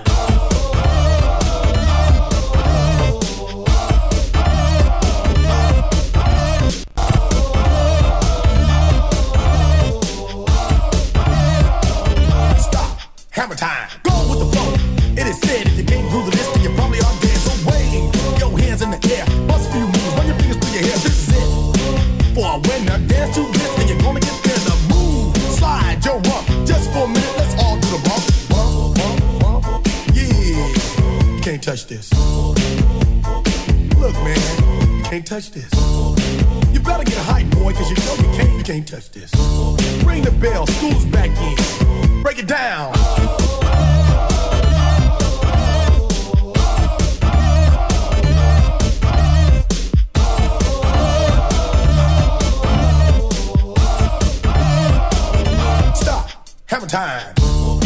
Stop. Hammer time. Go with the flow. It is said if you can't groove the list, then you probably are dead. So wave your hands in the air. Bust a few moves. Run your fingers through your hair. This is it. For a winner, dance to this, and you're gonna get there. The move, slide your rump. Just for a minute, let's all do the bump. Bump, bump, bump. Yeah, you can't touch this. Look, man, you can't touch this. You better get hype, boy, cause you know you can't touch this. Ring the bell, school's back in. Break it down. Hammer time.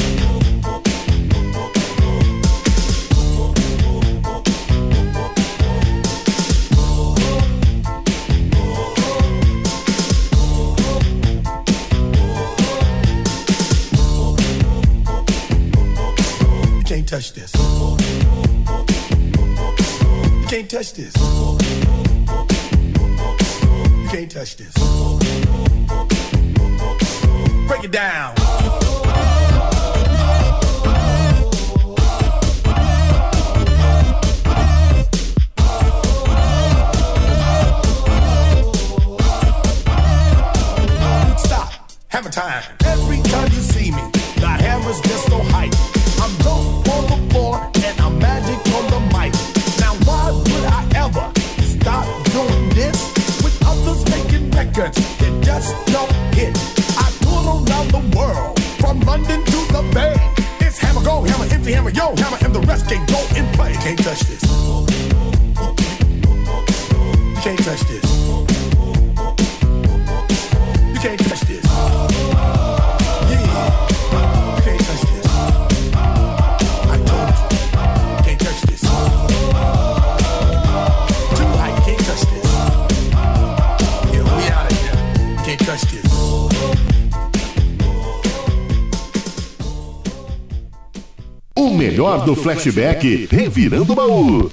You can't touch this. You can't touch this. You can't touch this. Break it down. can't touch this. You can't touch this. You can't touch this. Yeah, you can't touch this. I told you, you can't touch this. Too high, you can't touch this. Yeah, we out of here. You can't touch this. O melhor do flashback, revirando o baú.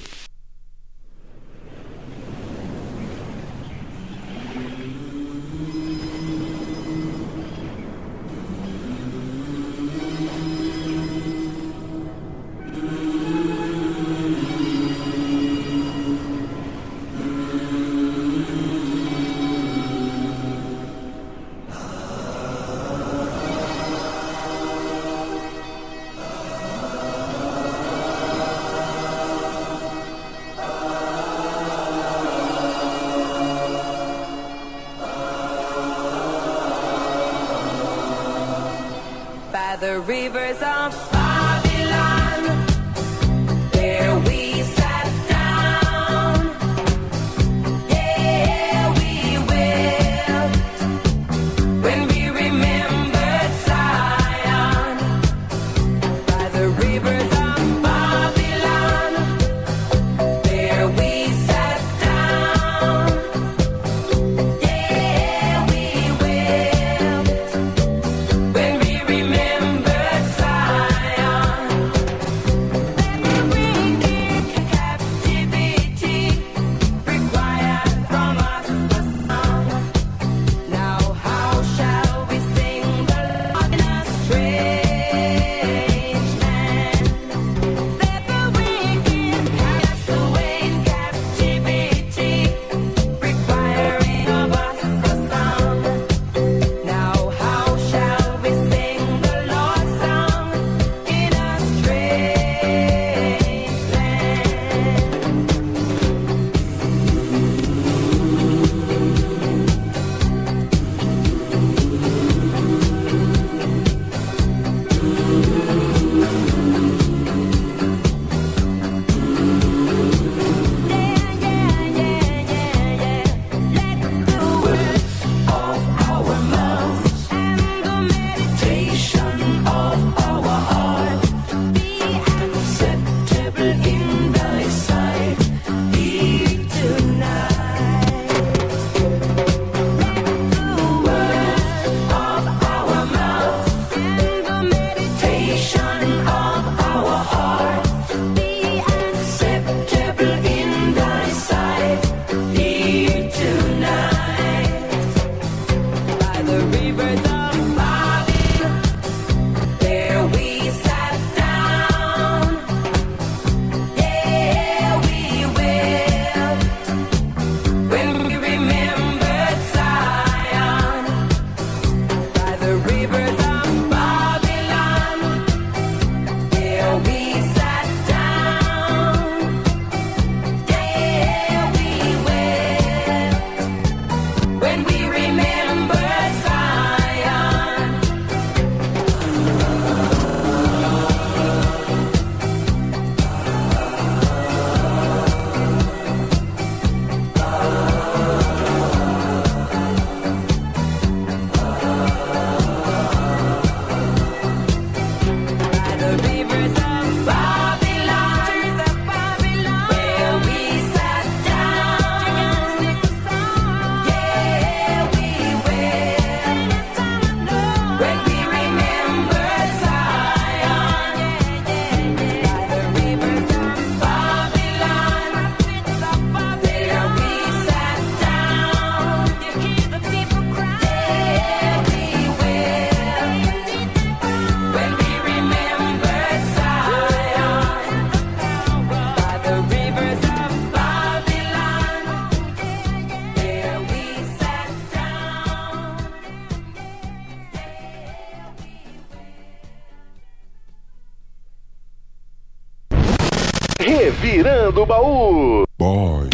By the rivers of Babylon, there we sat down. Yeah, we will, when we remembered Zion. By the rivers of Babylon, there we sat down. Yeah, we will, when we remembered Zion. Every captivity required from us a song. Now how shall we sing the Lord in a strange land? Let the wicked pass away in captivity, requiring of us a song. Now how shall we sing the Lord's song in a strange of our mouths and the meditation of our heart be acceptable in thy sight, be tonight. Let the words of our mouths and the meditation of our heart be acceptable in thy sight, be tonight. By the rivers of Babylon, there we sat down. Yeah, we will, when we remembered Zion. By the rivers of Babylon, there we sat down. Yeah, we will, when we remembered Zion. By the rivers of Babylon, where we sat down. Yeah, we will, when we remembered Zion. By the rivers of Babylon, there we sat down. Yeah, we will, when we remembered Zion. By the rivers of Babylon, there we sat down. Revirando o baú. Boys.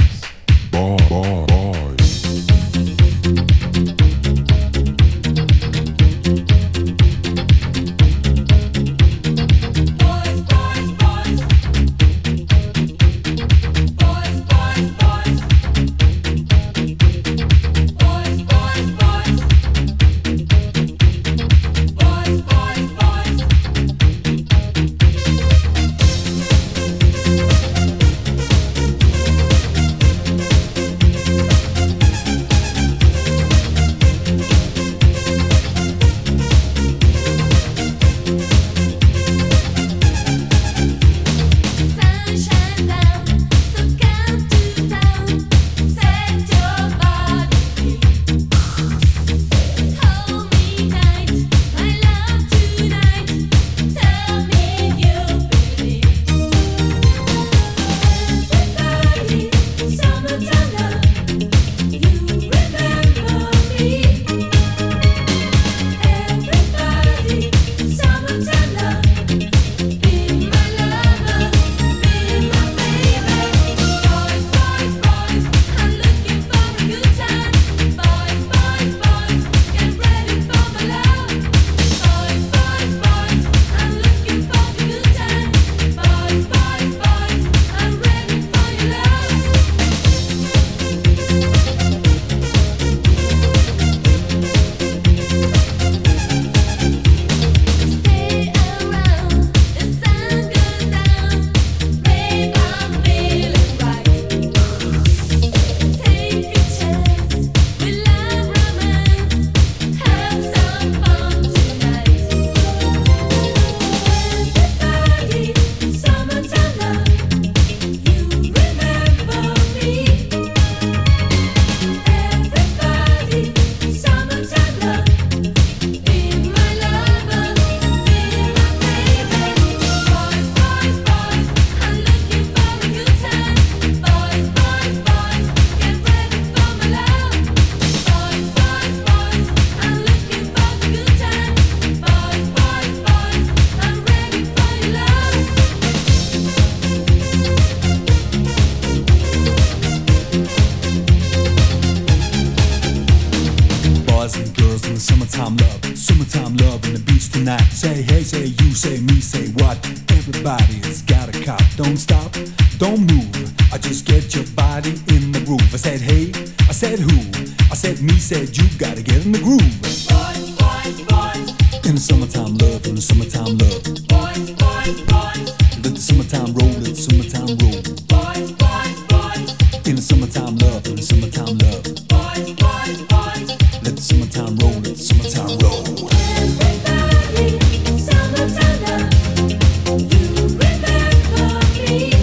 say, me say what? Everybody's got a cop. Don't stop, don't move. I just get your body in the groove. I said hey, I said who? I said me, said you gotta get in the groove. Boys, boys, boys. In the summertime love, in the summertime love. Boys, boys, boys. Let the summertime roll, let the summertime roll. Boys, boys, boys. In the summertime love, in the summertime love. Boys, boys, boys. Let the summertime roll, let the summertime roll. Everybody, summertime love. You remember me.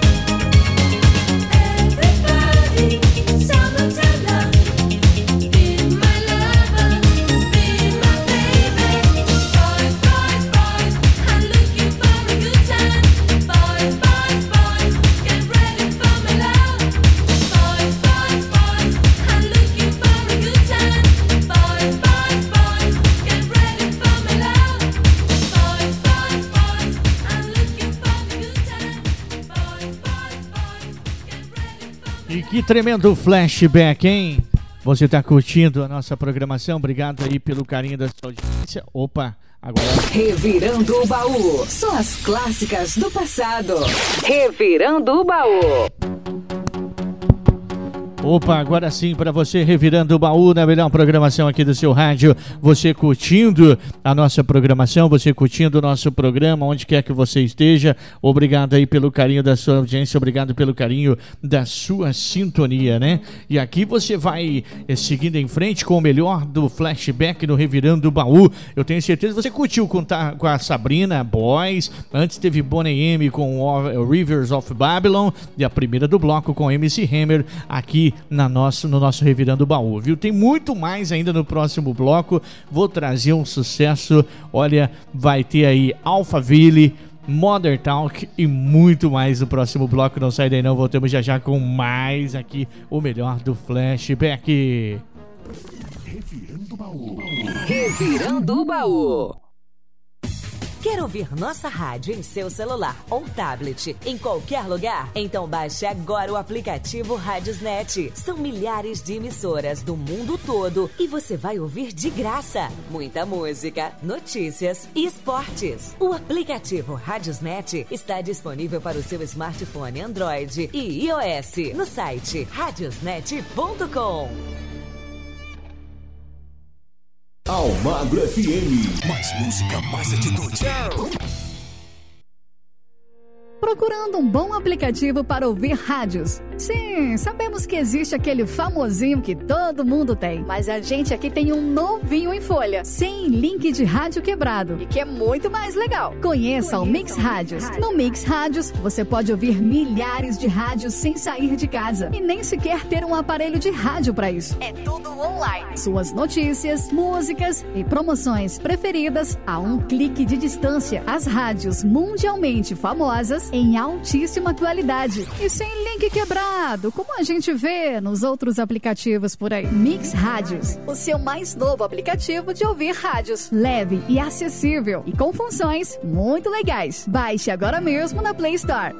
Everybody, summertime love. Be my lover, be my baby. Boys, boys, boys, I'm looking for a good time. Boys, boys, boys, get ready for my love. Boys, boys, boys, I'm looking for a good time. Boys, boys, boys, get ready for my love. Boys, boys, boys, I'm looking for a good time. Boys, boys, boys, get ready for my E que tremendo flashback, hein? Você tá curtindo a nossa programação? Obrigado aí pelo carinho da sua audiência. Opa, agora... Revirando o baú. Só as clássicas do passado. Revirando o baú. Opa, agora sim, para você revirando o baú na melhor programação aqui do seu rádio, você curtindo a nossa programação, você curtindo o nosso programa, onde quer que você esteja, obrigado aí pelo carinho da sua audiência, obrigado pelo carinho da sua sintonia, né? E aqui você vai seguindo em frente com o melhor do flashback no Revirando o Baú. Eu tenho certeza que você curtiu com a Sabrina Boys, antes teve Bonnie M com o Rivers of Babylon e a primeira do bloco com MC Hammer aqui no nosso Revirando o Baú, viu? Tem muito mais ainda no próximo bloco, vou trazer um sucesso, olha, vai ter aí Alphaville, Modern Talk e muito mais no próximo bloco, não sai daí não, voltamos já já com mais aqui, o melhor do flashback. Revirando o baú. Revirando o baú. Quer ouvir nossa rádio em seu celular ou tablet, em qualquer lugar? Então baixe agora o aplicativo Radiosnet. São milhares de emissoras do mundo todo e você vai ouvir de graça muita música, notícias e esportes. O aplicativo Radiosnet está disponível para o seu smartphone Android e iOS no site radiosnet.com. Almagro FM. Mais música, mais atitude. Procurando um bom aplicativo para ouvir rádios? Sim, sabemos que existe aquele famosinho que todo mundo tem, mas a gente aqui tem um novinho em folha, sem link de rádio quebrado e que é muito mais legal. Conheça o Mix Rádios. No Mix Rádios, você pode ouvir milhares de rádios sem sair de casa e nem sequer ter um aparelho de rádio para isso. É tudo online. Suas notícias, músicas e promoções preferidas a um clique de distância. As rádios mundialmente famosas em altíssima qualidade e sem link quebrado, como a gente vê nos outros aplicativos por aí. Mix Rádios, o seu mais novo aplicativo de ouvir rádios, leve e acessível e com funções muito legais. Baixe agora mesmo na Play Store.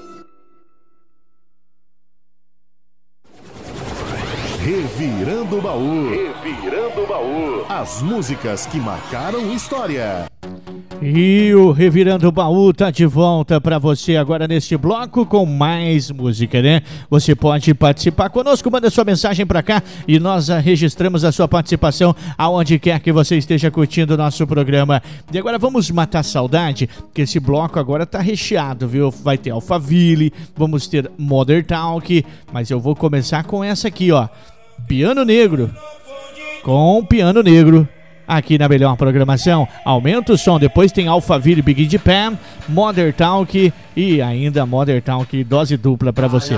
Revirando o baú. Revirando o baú. As músicas que marcaram história. E o Revirando o Baú tá de volta para você agora neste bloco com mais música, né? Você pode participar conosco, manda sua mensagem para cá e nós registramos a sua participação aonde quer que você esteja curtindo o nosso programa. E agora vamos matar a saudade, porque esse bloco agora tá recheado, viu? Vai ter Alphaville, vamos ter Modern Talk, mas eu vou começar com essa aqui, ó. Piano Negro, com Piano Negro. Aqui na melhor programação, aumenta o som, depois tem Alphaville, Big de Pam, Modern Talk e ainda Modern Talk, dose dupla pra você.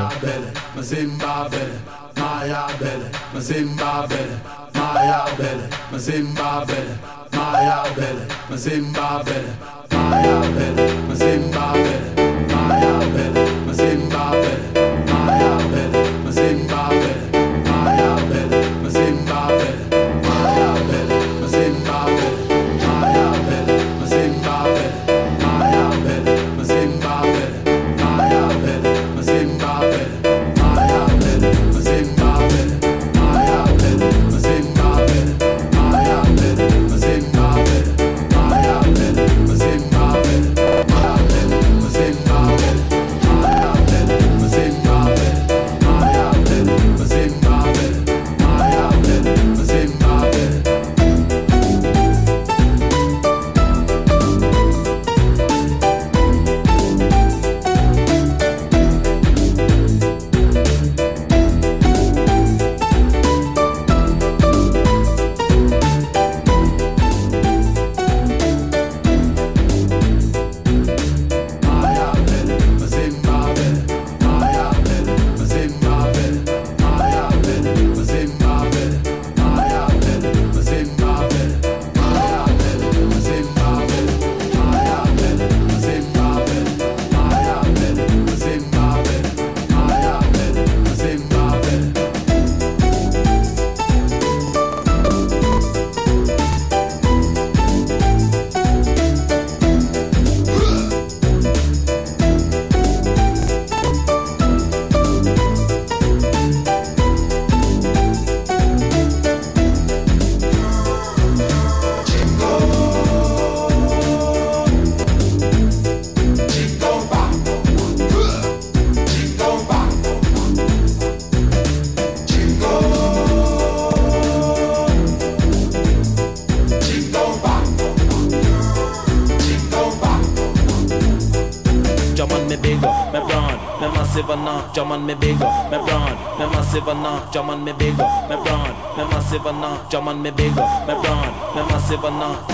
Zimbabwe. brawn, me massive enough, jam on me bigger. Me brawn, me massive enough, jam on me bigger. Me brawn, me massive enough, jam on me bigger. Me brawn, me massive enough.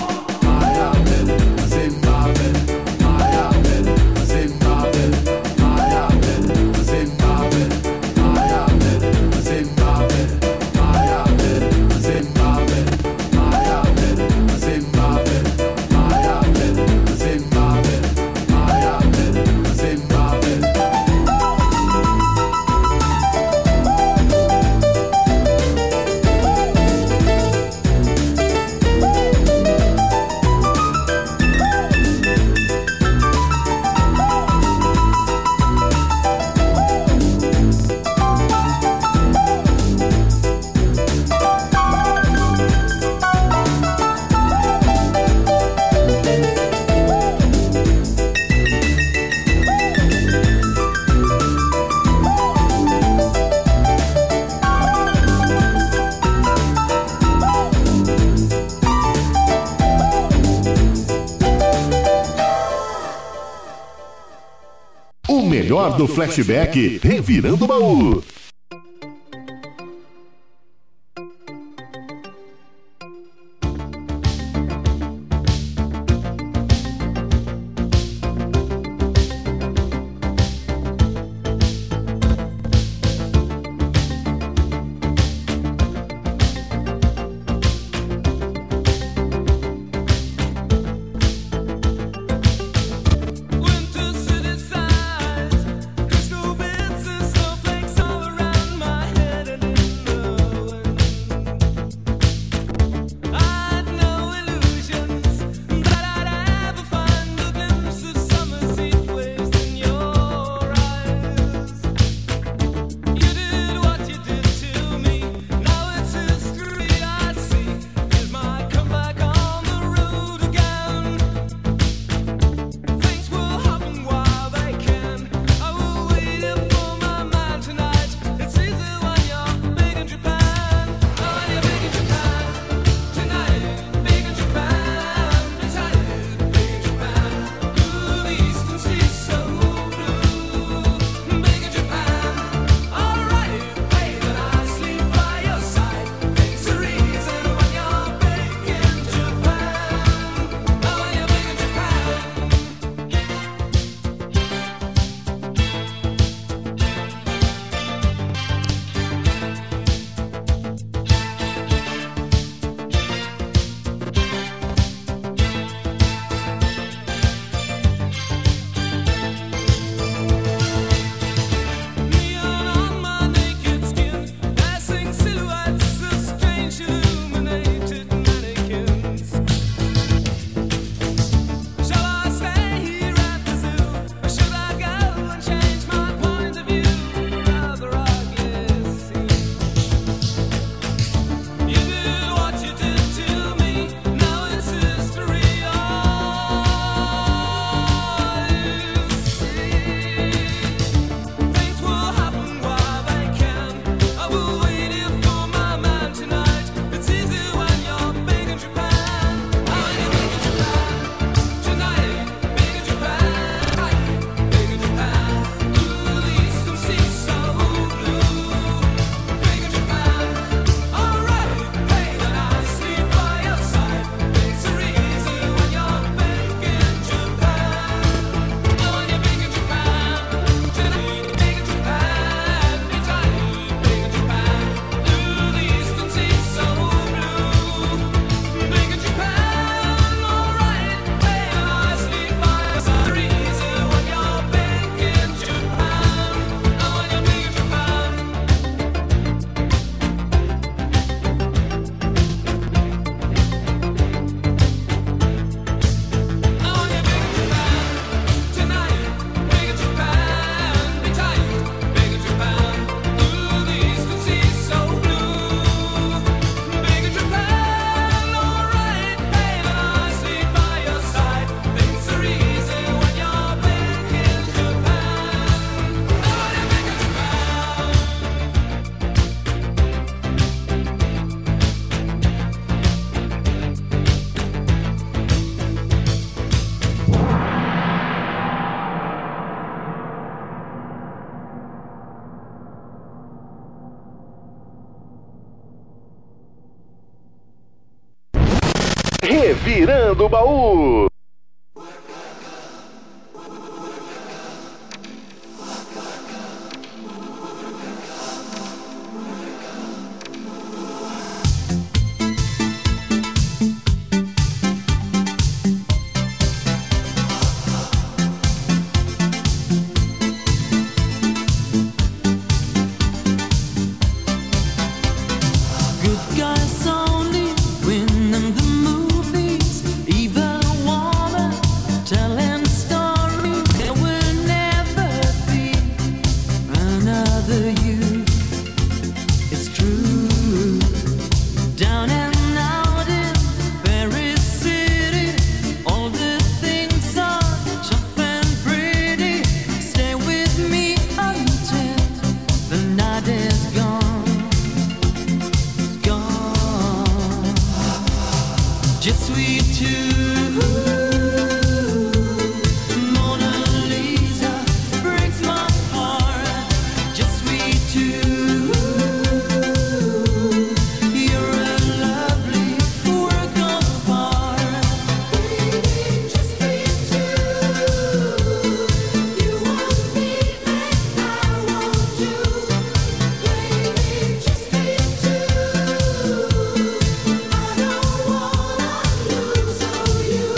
O melhor do flashback, revirando o baú. Winter city sighs, crystal bits and snowflakes all around. Revirando o Baú. Good guys only win in the movies. Evil woman telling stories. There will never be another you. It's true. Down and out in Paris City, all the things are tough and pretty. Stay with me until the night is gone. Just we two. Mona Lisa breaks my heart. Just we two. You're a lovely work of art. Baby, just we two. You want me and I want you. Baby, just we two. I don't wanna lose you.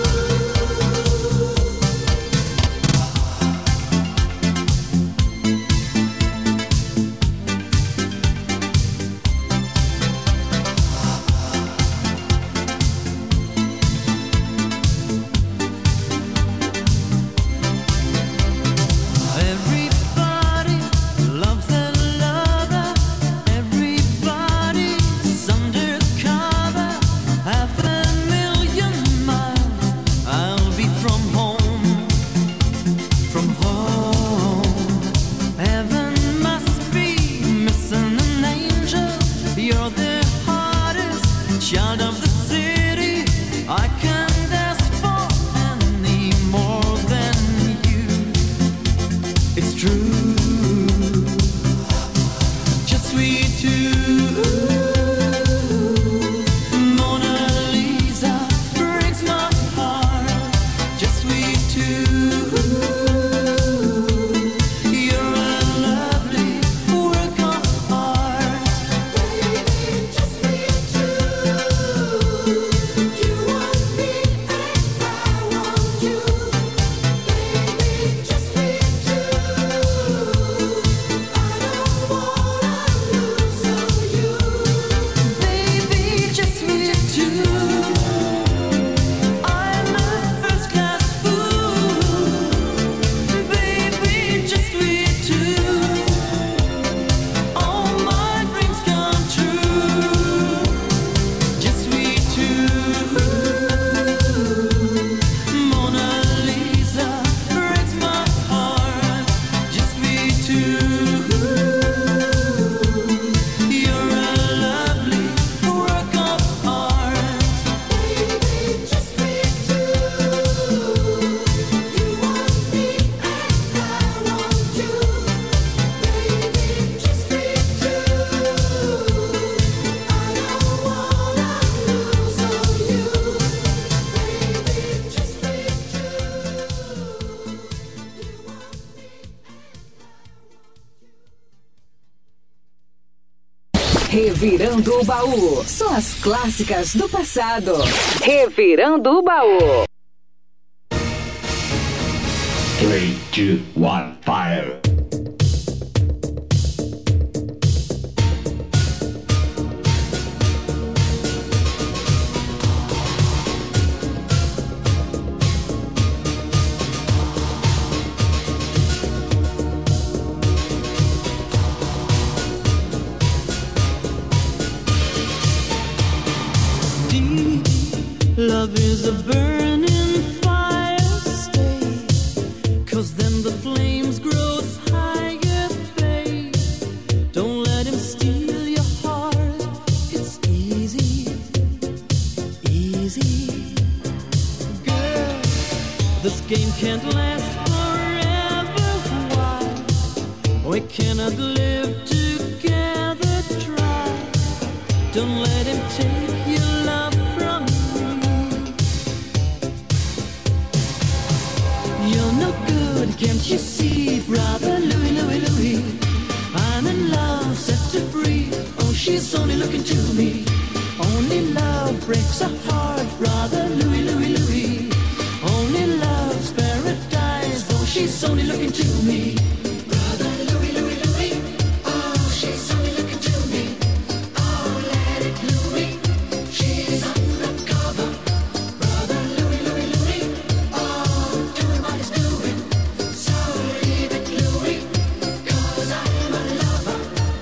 Everybody loves a lover. Everybody's undercover. 500,000 miles I'll be from home. From home. Heaven must be missing an angel. You're the hardest child of the city. I can't ask for any more than you. It's true. Just we two. Mona Lisa breaks my heart. Just we two. You're a lovely work of art. Baby, just we two. You want me and I want you. Baby, just we two. I don't wanna lose you. Baby, just we two. I'm a first class fool. Baby, just we two. All my dreams come true. Just we two. Mona Lisa breaks my heart. Just we two. You're a lovely work of art. Baby, just we two. You want me and I want you. Baby, just we two. I don't wanna lose you. Baby, just we Revirando o Baú. Só as clássicas do passado. Revirando o Baú. 3, 2, 1, fire. Deep love is a burning fire. Stay, 'cause then the flames grow higher, babe. Don't let him steal your heart. It's easy, easy. Girl, this game can't last forever. Why? We cannot live together. Try. Don't let him take your love from me. can't you see, brother Louie, Louie, Louie? I'm in love, set her free. Oh, she's only looking to me. Only love breaks a heart, brother Louie, Louie, Louie. Only love's paradise. Oh, she's only looking to me. Brother Louie, Louie, Louie. Oh, she's only looking to me. Oh, let it Louie. She's undercover. Brother Louie, Louie, Louie. Oh, doing what he's doing. So leave it, Louie, 'cause I'm a lover.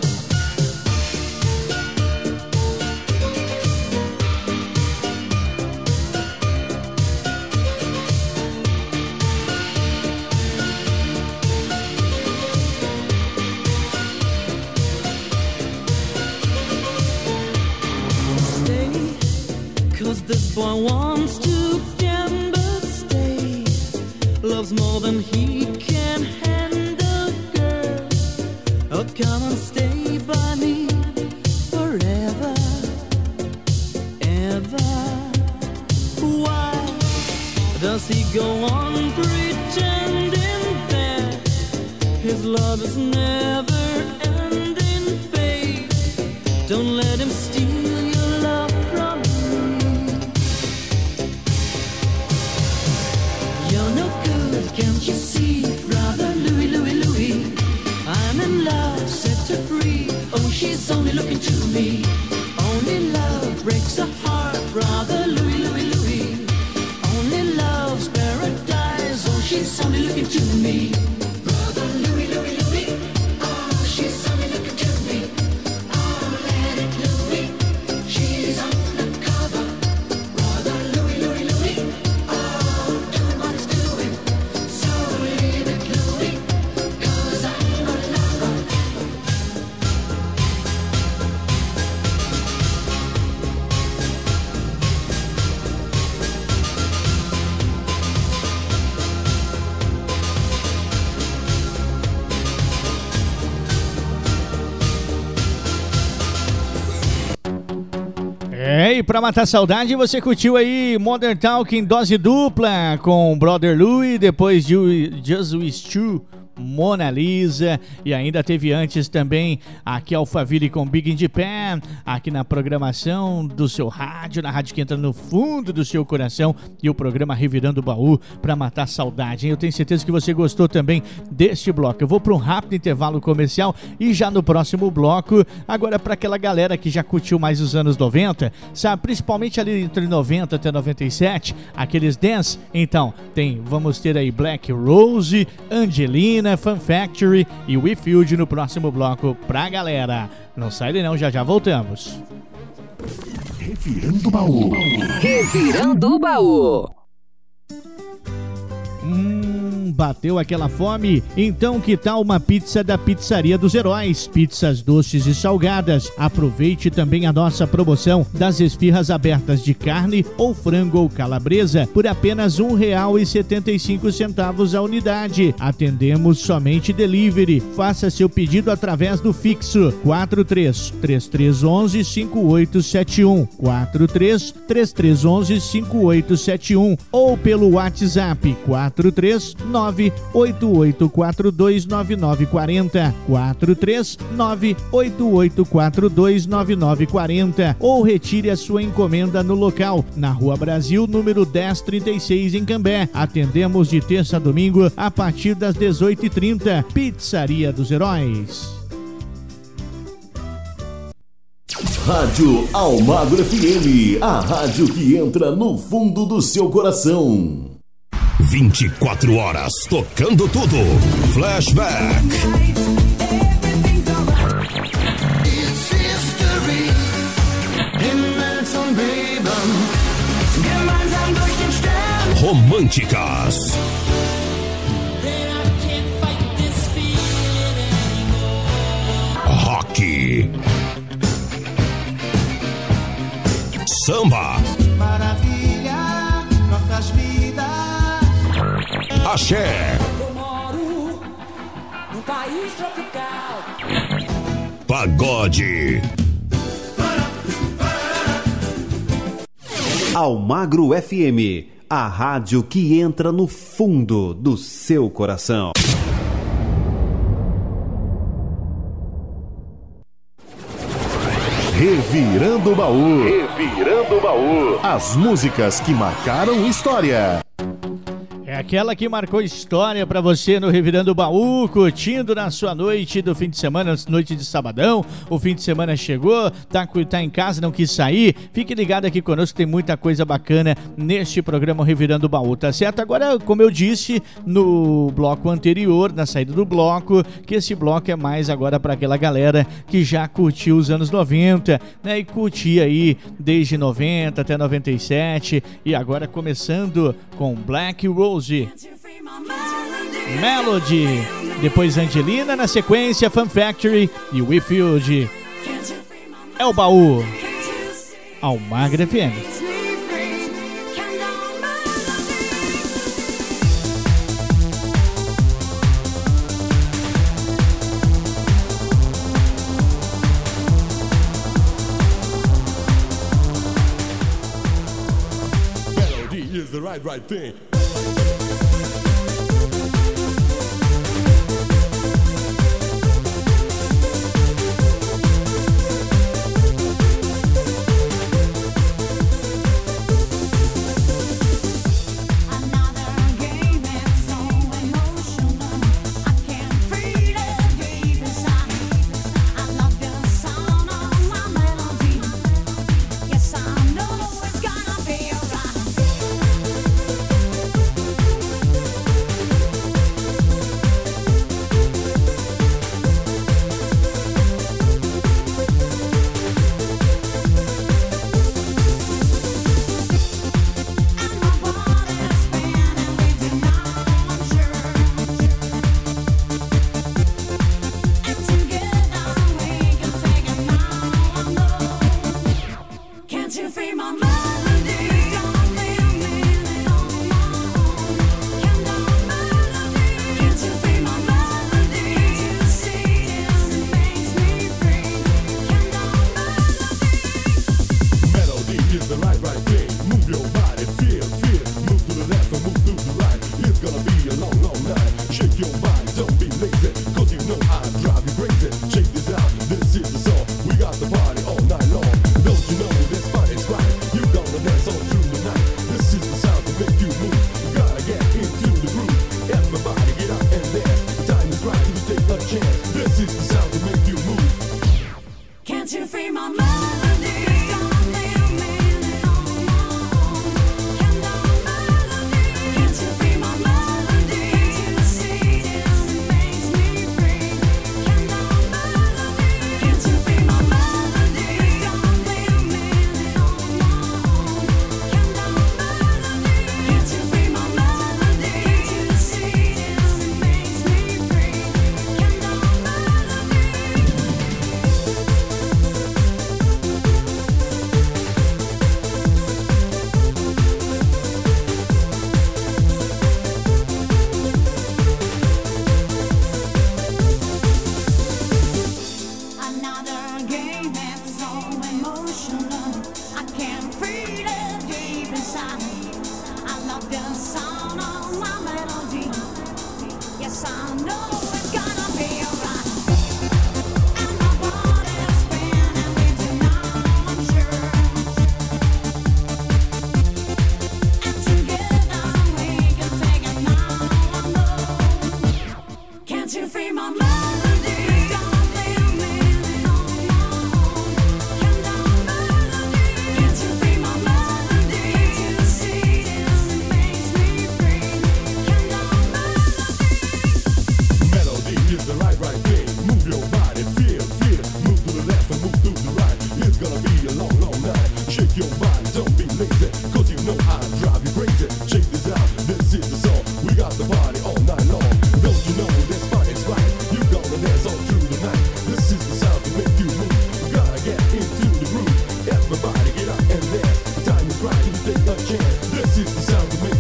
Stay, 'cause this boy wants to gamble. Stay, loves more than he can handle, girl. Oh, come and stay by me forever, ever. Why does he go on pretending that his love is never ending, babe? Don't let him steal your love from me. You're no good, can't you see, brother Louie, Louie, Louie? I'm in love, set her free. Oh, she's only looking to me. Only love breaks a heart, brother Louie, Louie, Louie. Only love's paradise. Oh, she's only looking to me. Brother Louie, Louie, Louie. Oh, she's only looking to me. Oh, let it Louie. She's undercover. Brother Louie, Louie, Louie. Oh, doing what he's doing. So leave it Louie, 'cause I'm a lover. E pra matar a saudade, você curtiu aí Modern Talking dose dupla com Brother Louie, depois de Just Wish You, Mona Lisa, e ainda teve antes também aqui Alphaville com Big in Japan, aqui na programação do seu rádio, na rádio que entra no fundo do seu coração, e o programa Revirando o Baú pra matar a saudade, hein? Eu tenho certeza que você gostou também deste bloco. Eu vou para um rápido intervalo comercial e já no próximo bloco, agora para aquela galera que já curtiu mais os anos 90, sabe, principalmente ali entre 90 até 97, aqueles dance, então vamos ter aí Black Rose, Angelina, Fun Factory e We Field no próximo bloco pra galera. Não sai daí não, já voltamos. Revirando o baú. Revirando o baú. Bateu aquela fome? Então que tal uma pizza da Pizzaria dos Heróis? Pizzas doces e salgadas. Aproveite também a nossa promoção das esfirras abertas de carne ou frango ou calabresa por apenas R$ 1,75 a unidade. Atendemos somente delivery. Faça seu pedido através do fixo 43-3311-5871 43-3311-5871 ou pelo WhatsApp 439-8842-9940 439-8842-9940 ou retire a sua encomenda no local, na Rua Brasil, número 1036 em Cambé. Atendemos de terça a domingo a partir das 18h30. Pizzaria dos Heróis. Rádio Almagro FM, a rádio que entra no fundo do seu coração. 24 horas tocando tudo. Flashback. Românticas. Rock. Samba. Maravilha, nossas vidas. Axé. Eu moro num país tropical. Pagode. Almagro FM, a rádio que entra no fundo do seu coração. Revirando o baú. Revirando o baú. As músicas que marcaram história. É aquela que marcou história pra você no Revirando o Baú, curtindo na sua noite do fim de semana, noite de sabadão. O fim de semana chegou, tá em casa, não quis sair. Fique ligado aqui conosco, tem muita coisa bacana neste programa Revirando o Baú, tá certo? Agora, como eu disse no bloco anterior, na saída do bloco, que esse bloco é mais agora pra aquela galera que já curtiu os anos 90, né? E curtia aí desde 90 até 97, e agora começando com Black Rose, Melody, depois Angelina, na sequência Fun Factory e Whitfield. É o baú Almagre FM. Melody is the right thing.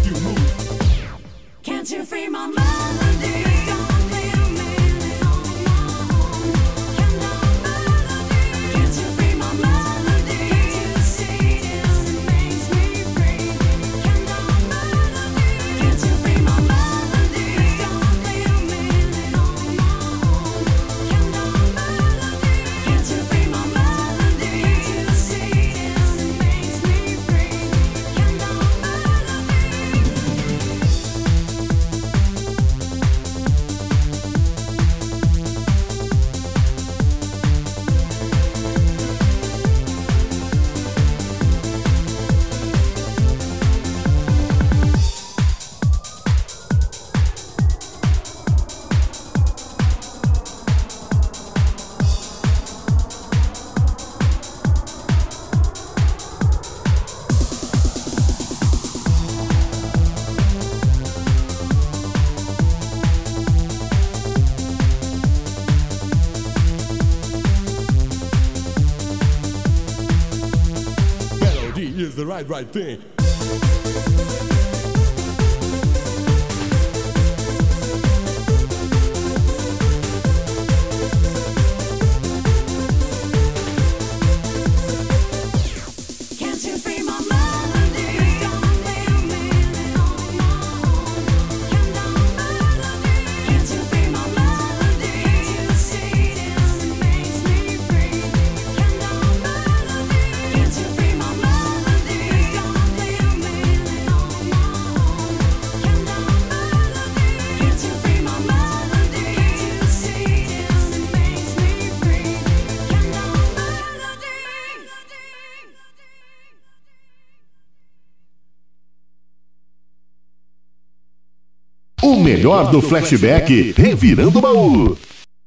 Can't you feel my melody? right thing. Can't you feel my melody? Don't leave me alone. Can't you feel my melody? You see it and it makes me free. Can't you feel my melody? Don't leave me alone. Can't you feel my melody? You see it and it makes me free. O melhor do flashback, revirando o baú.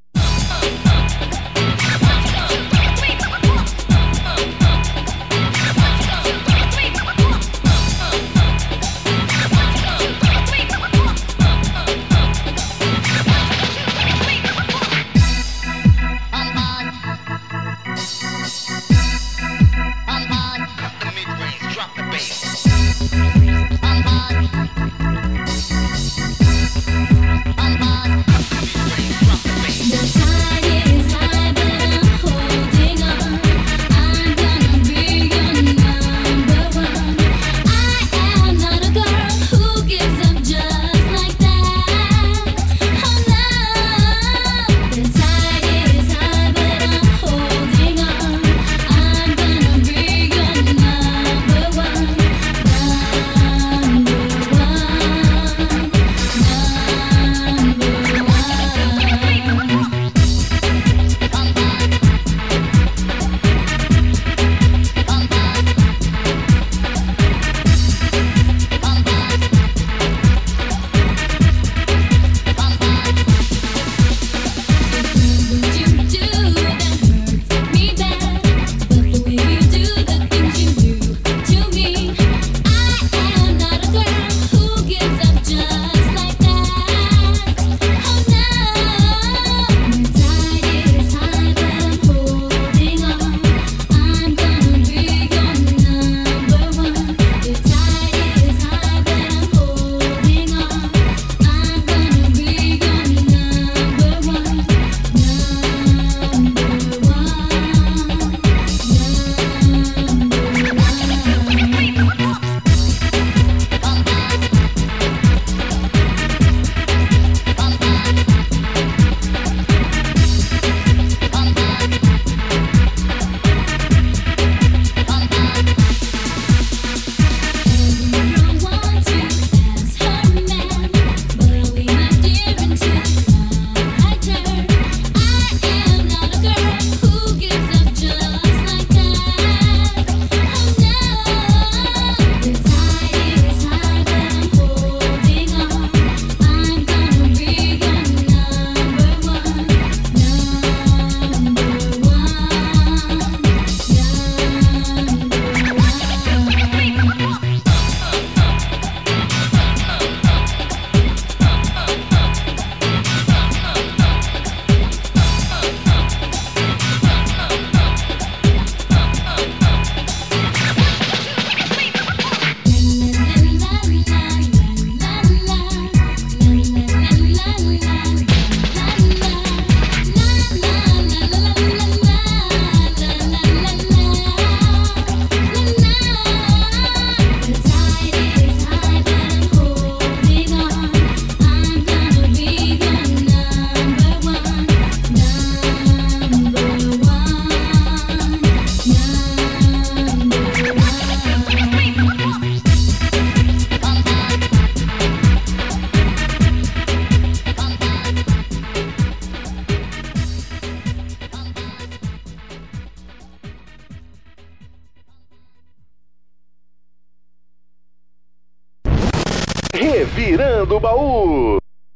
Revirando o Baú.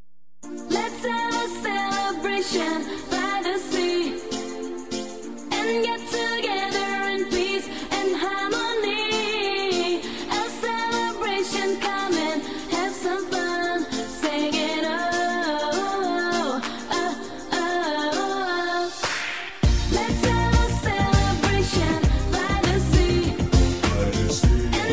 Let's have a celebration by the sea and get together in peace and harmony. A celebration coming, have some fun, singing oh, oh, oh. Let's have a celebration by the sea and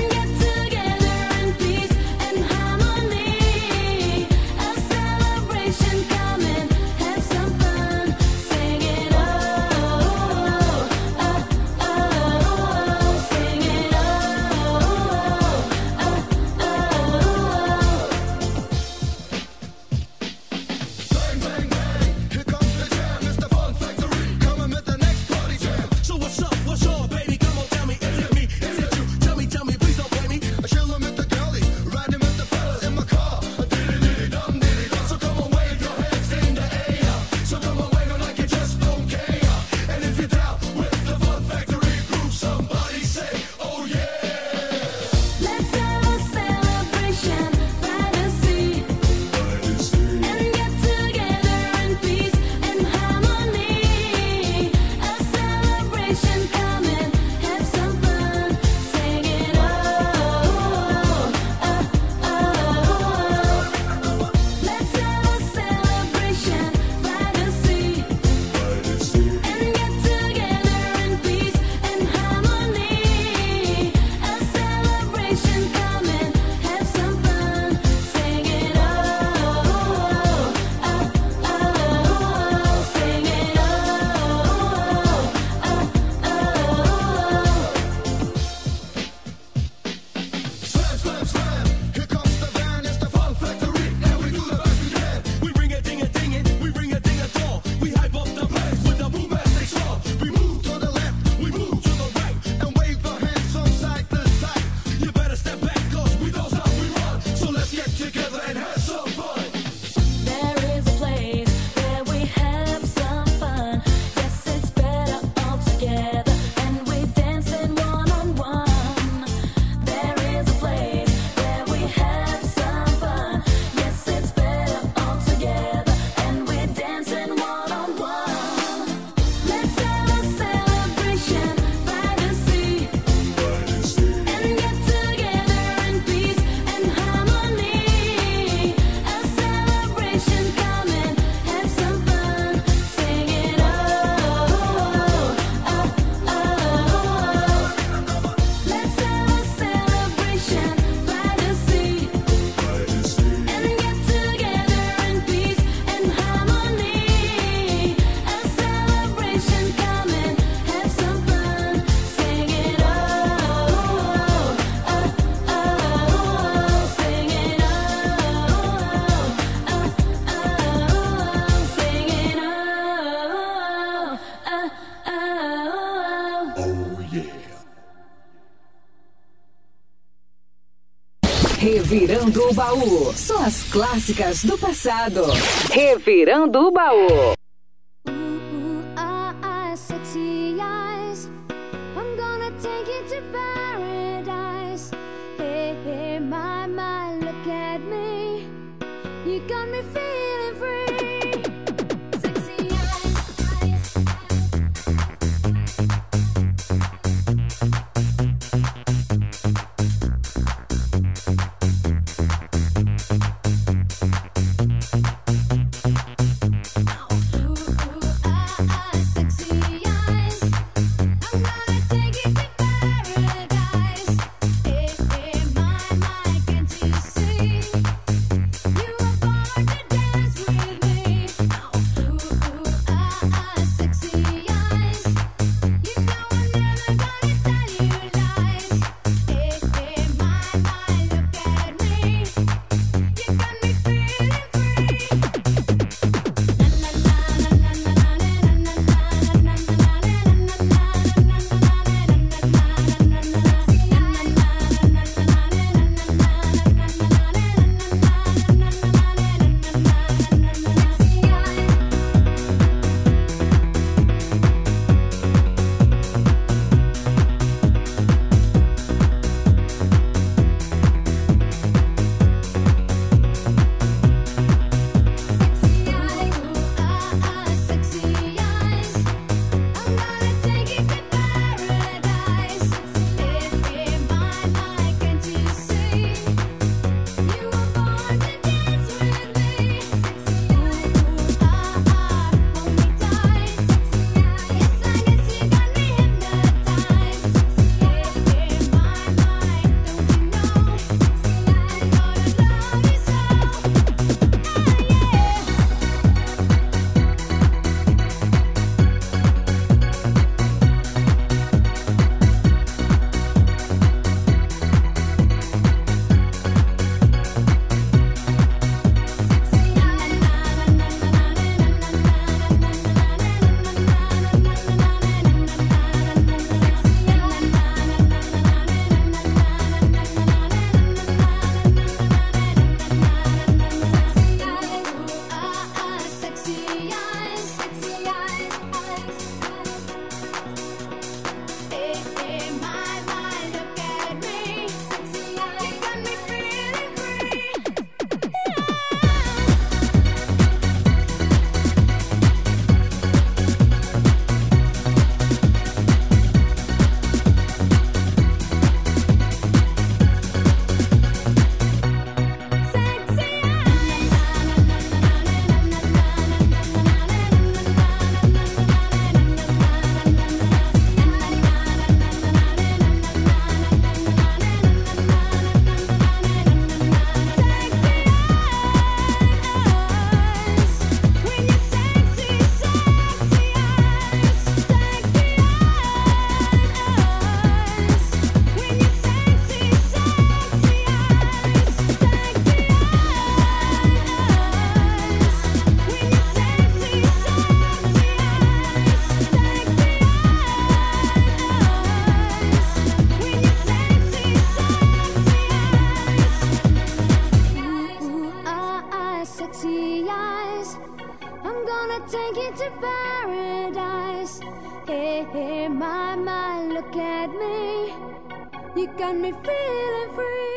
Revirando o baú. Só as clássicas do passado. Revirando o baú. Sexy eyes, I'm gonna take you to paradise. Hey, hey, my, look at me. You got me feeling free. Sexy my, look at me. You got me feeling free.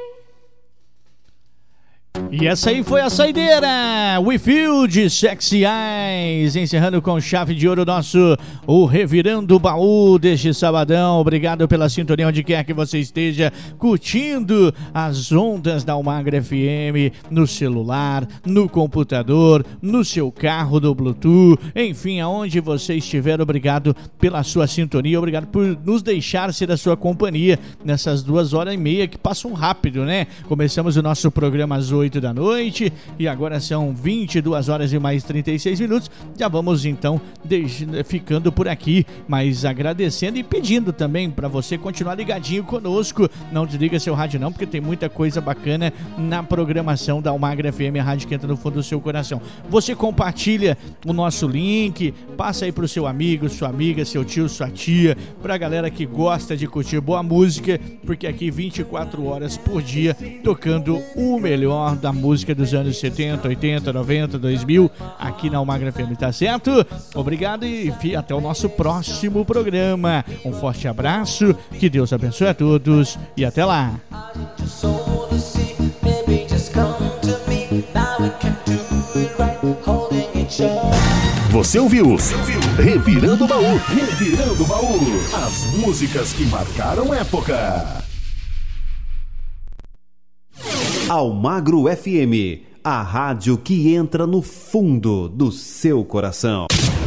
E essa aí foi a saideira, We Feel de Sexy Eyes, encerrando com chave de ouro o Revirando o Baú deste sabadão. Obrigado pela sintonia onde quer que você esteja, curtindo as ondas da Almagre FM, no celular, no computador, no seu carro do Bluetooth, enfim, aonde você estiver. Obrigado pela sua sintonia, obrigado por nos deixar ser a sua companhia nessas 2 horas e meia que passam rápido, né? Começamos o nosso programa às 8 8 da noite e agora são 22 horas e mais 36 minutos. Já vamos então ficando por aqui, mas agradecendo e pedindo também para você continuar ligadinho conosco. Não desliga seu rádio não, porque tem muita coisa bacana na programação da Almagra FM, a rádio que entra no fundo do seu coração. Você compartilha o nosso link, passa aí pro seu amigo, sua amiga, seu tio, sua tia, pra galera que gosta de curtir boa música, porque aqui 24 horas por dia tocando o melhor da música dos anos 70, 80, 90, 2000 aqui na Almagra FM, tá certo? Obrigado e até o nosso próximo programa. Um forte abraço, que Deus abençoe a todos e até lá. Você ouviu? Revirando o Baú. Revirando o Baú. As músicas que marcaram época. Almagro FM, a rádio que entra no fundo do seu coração.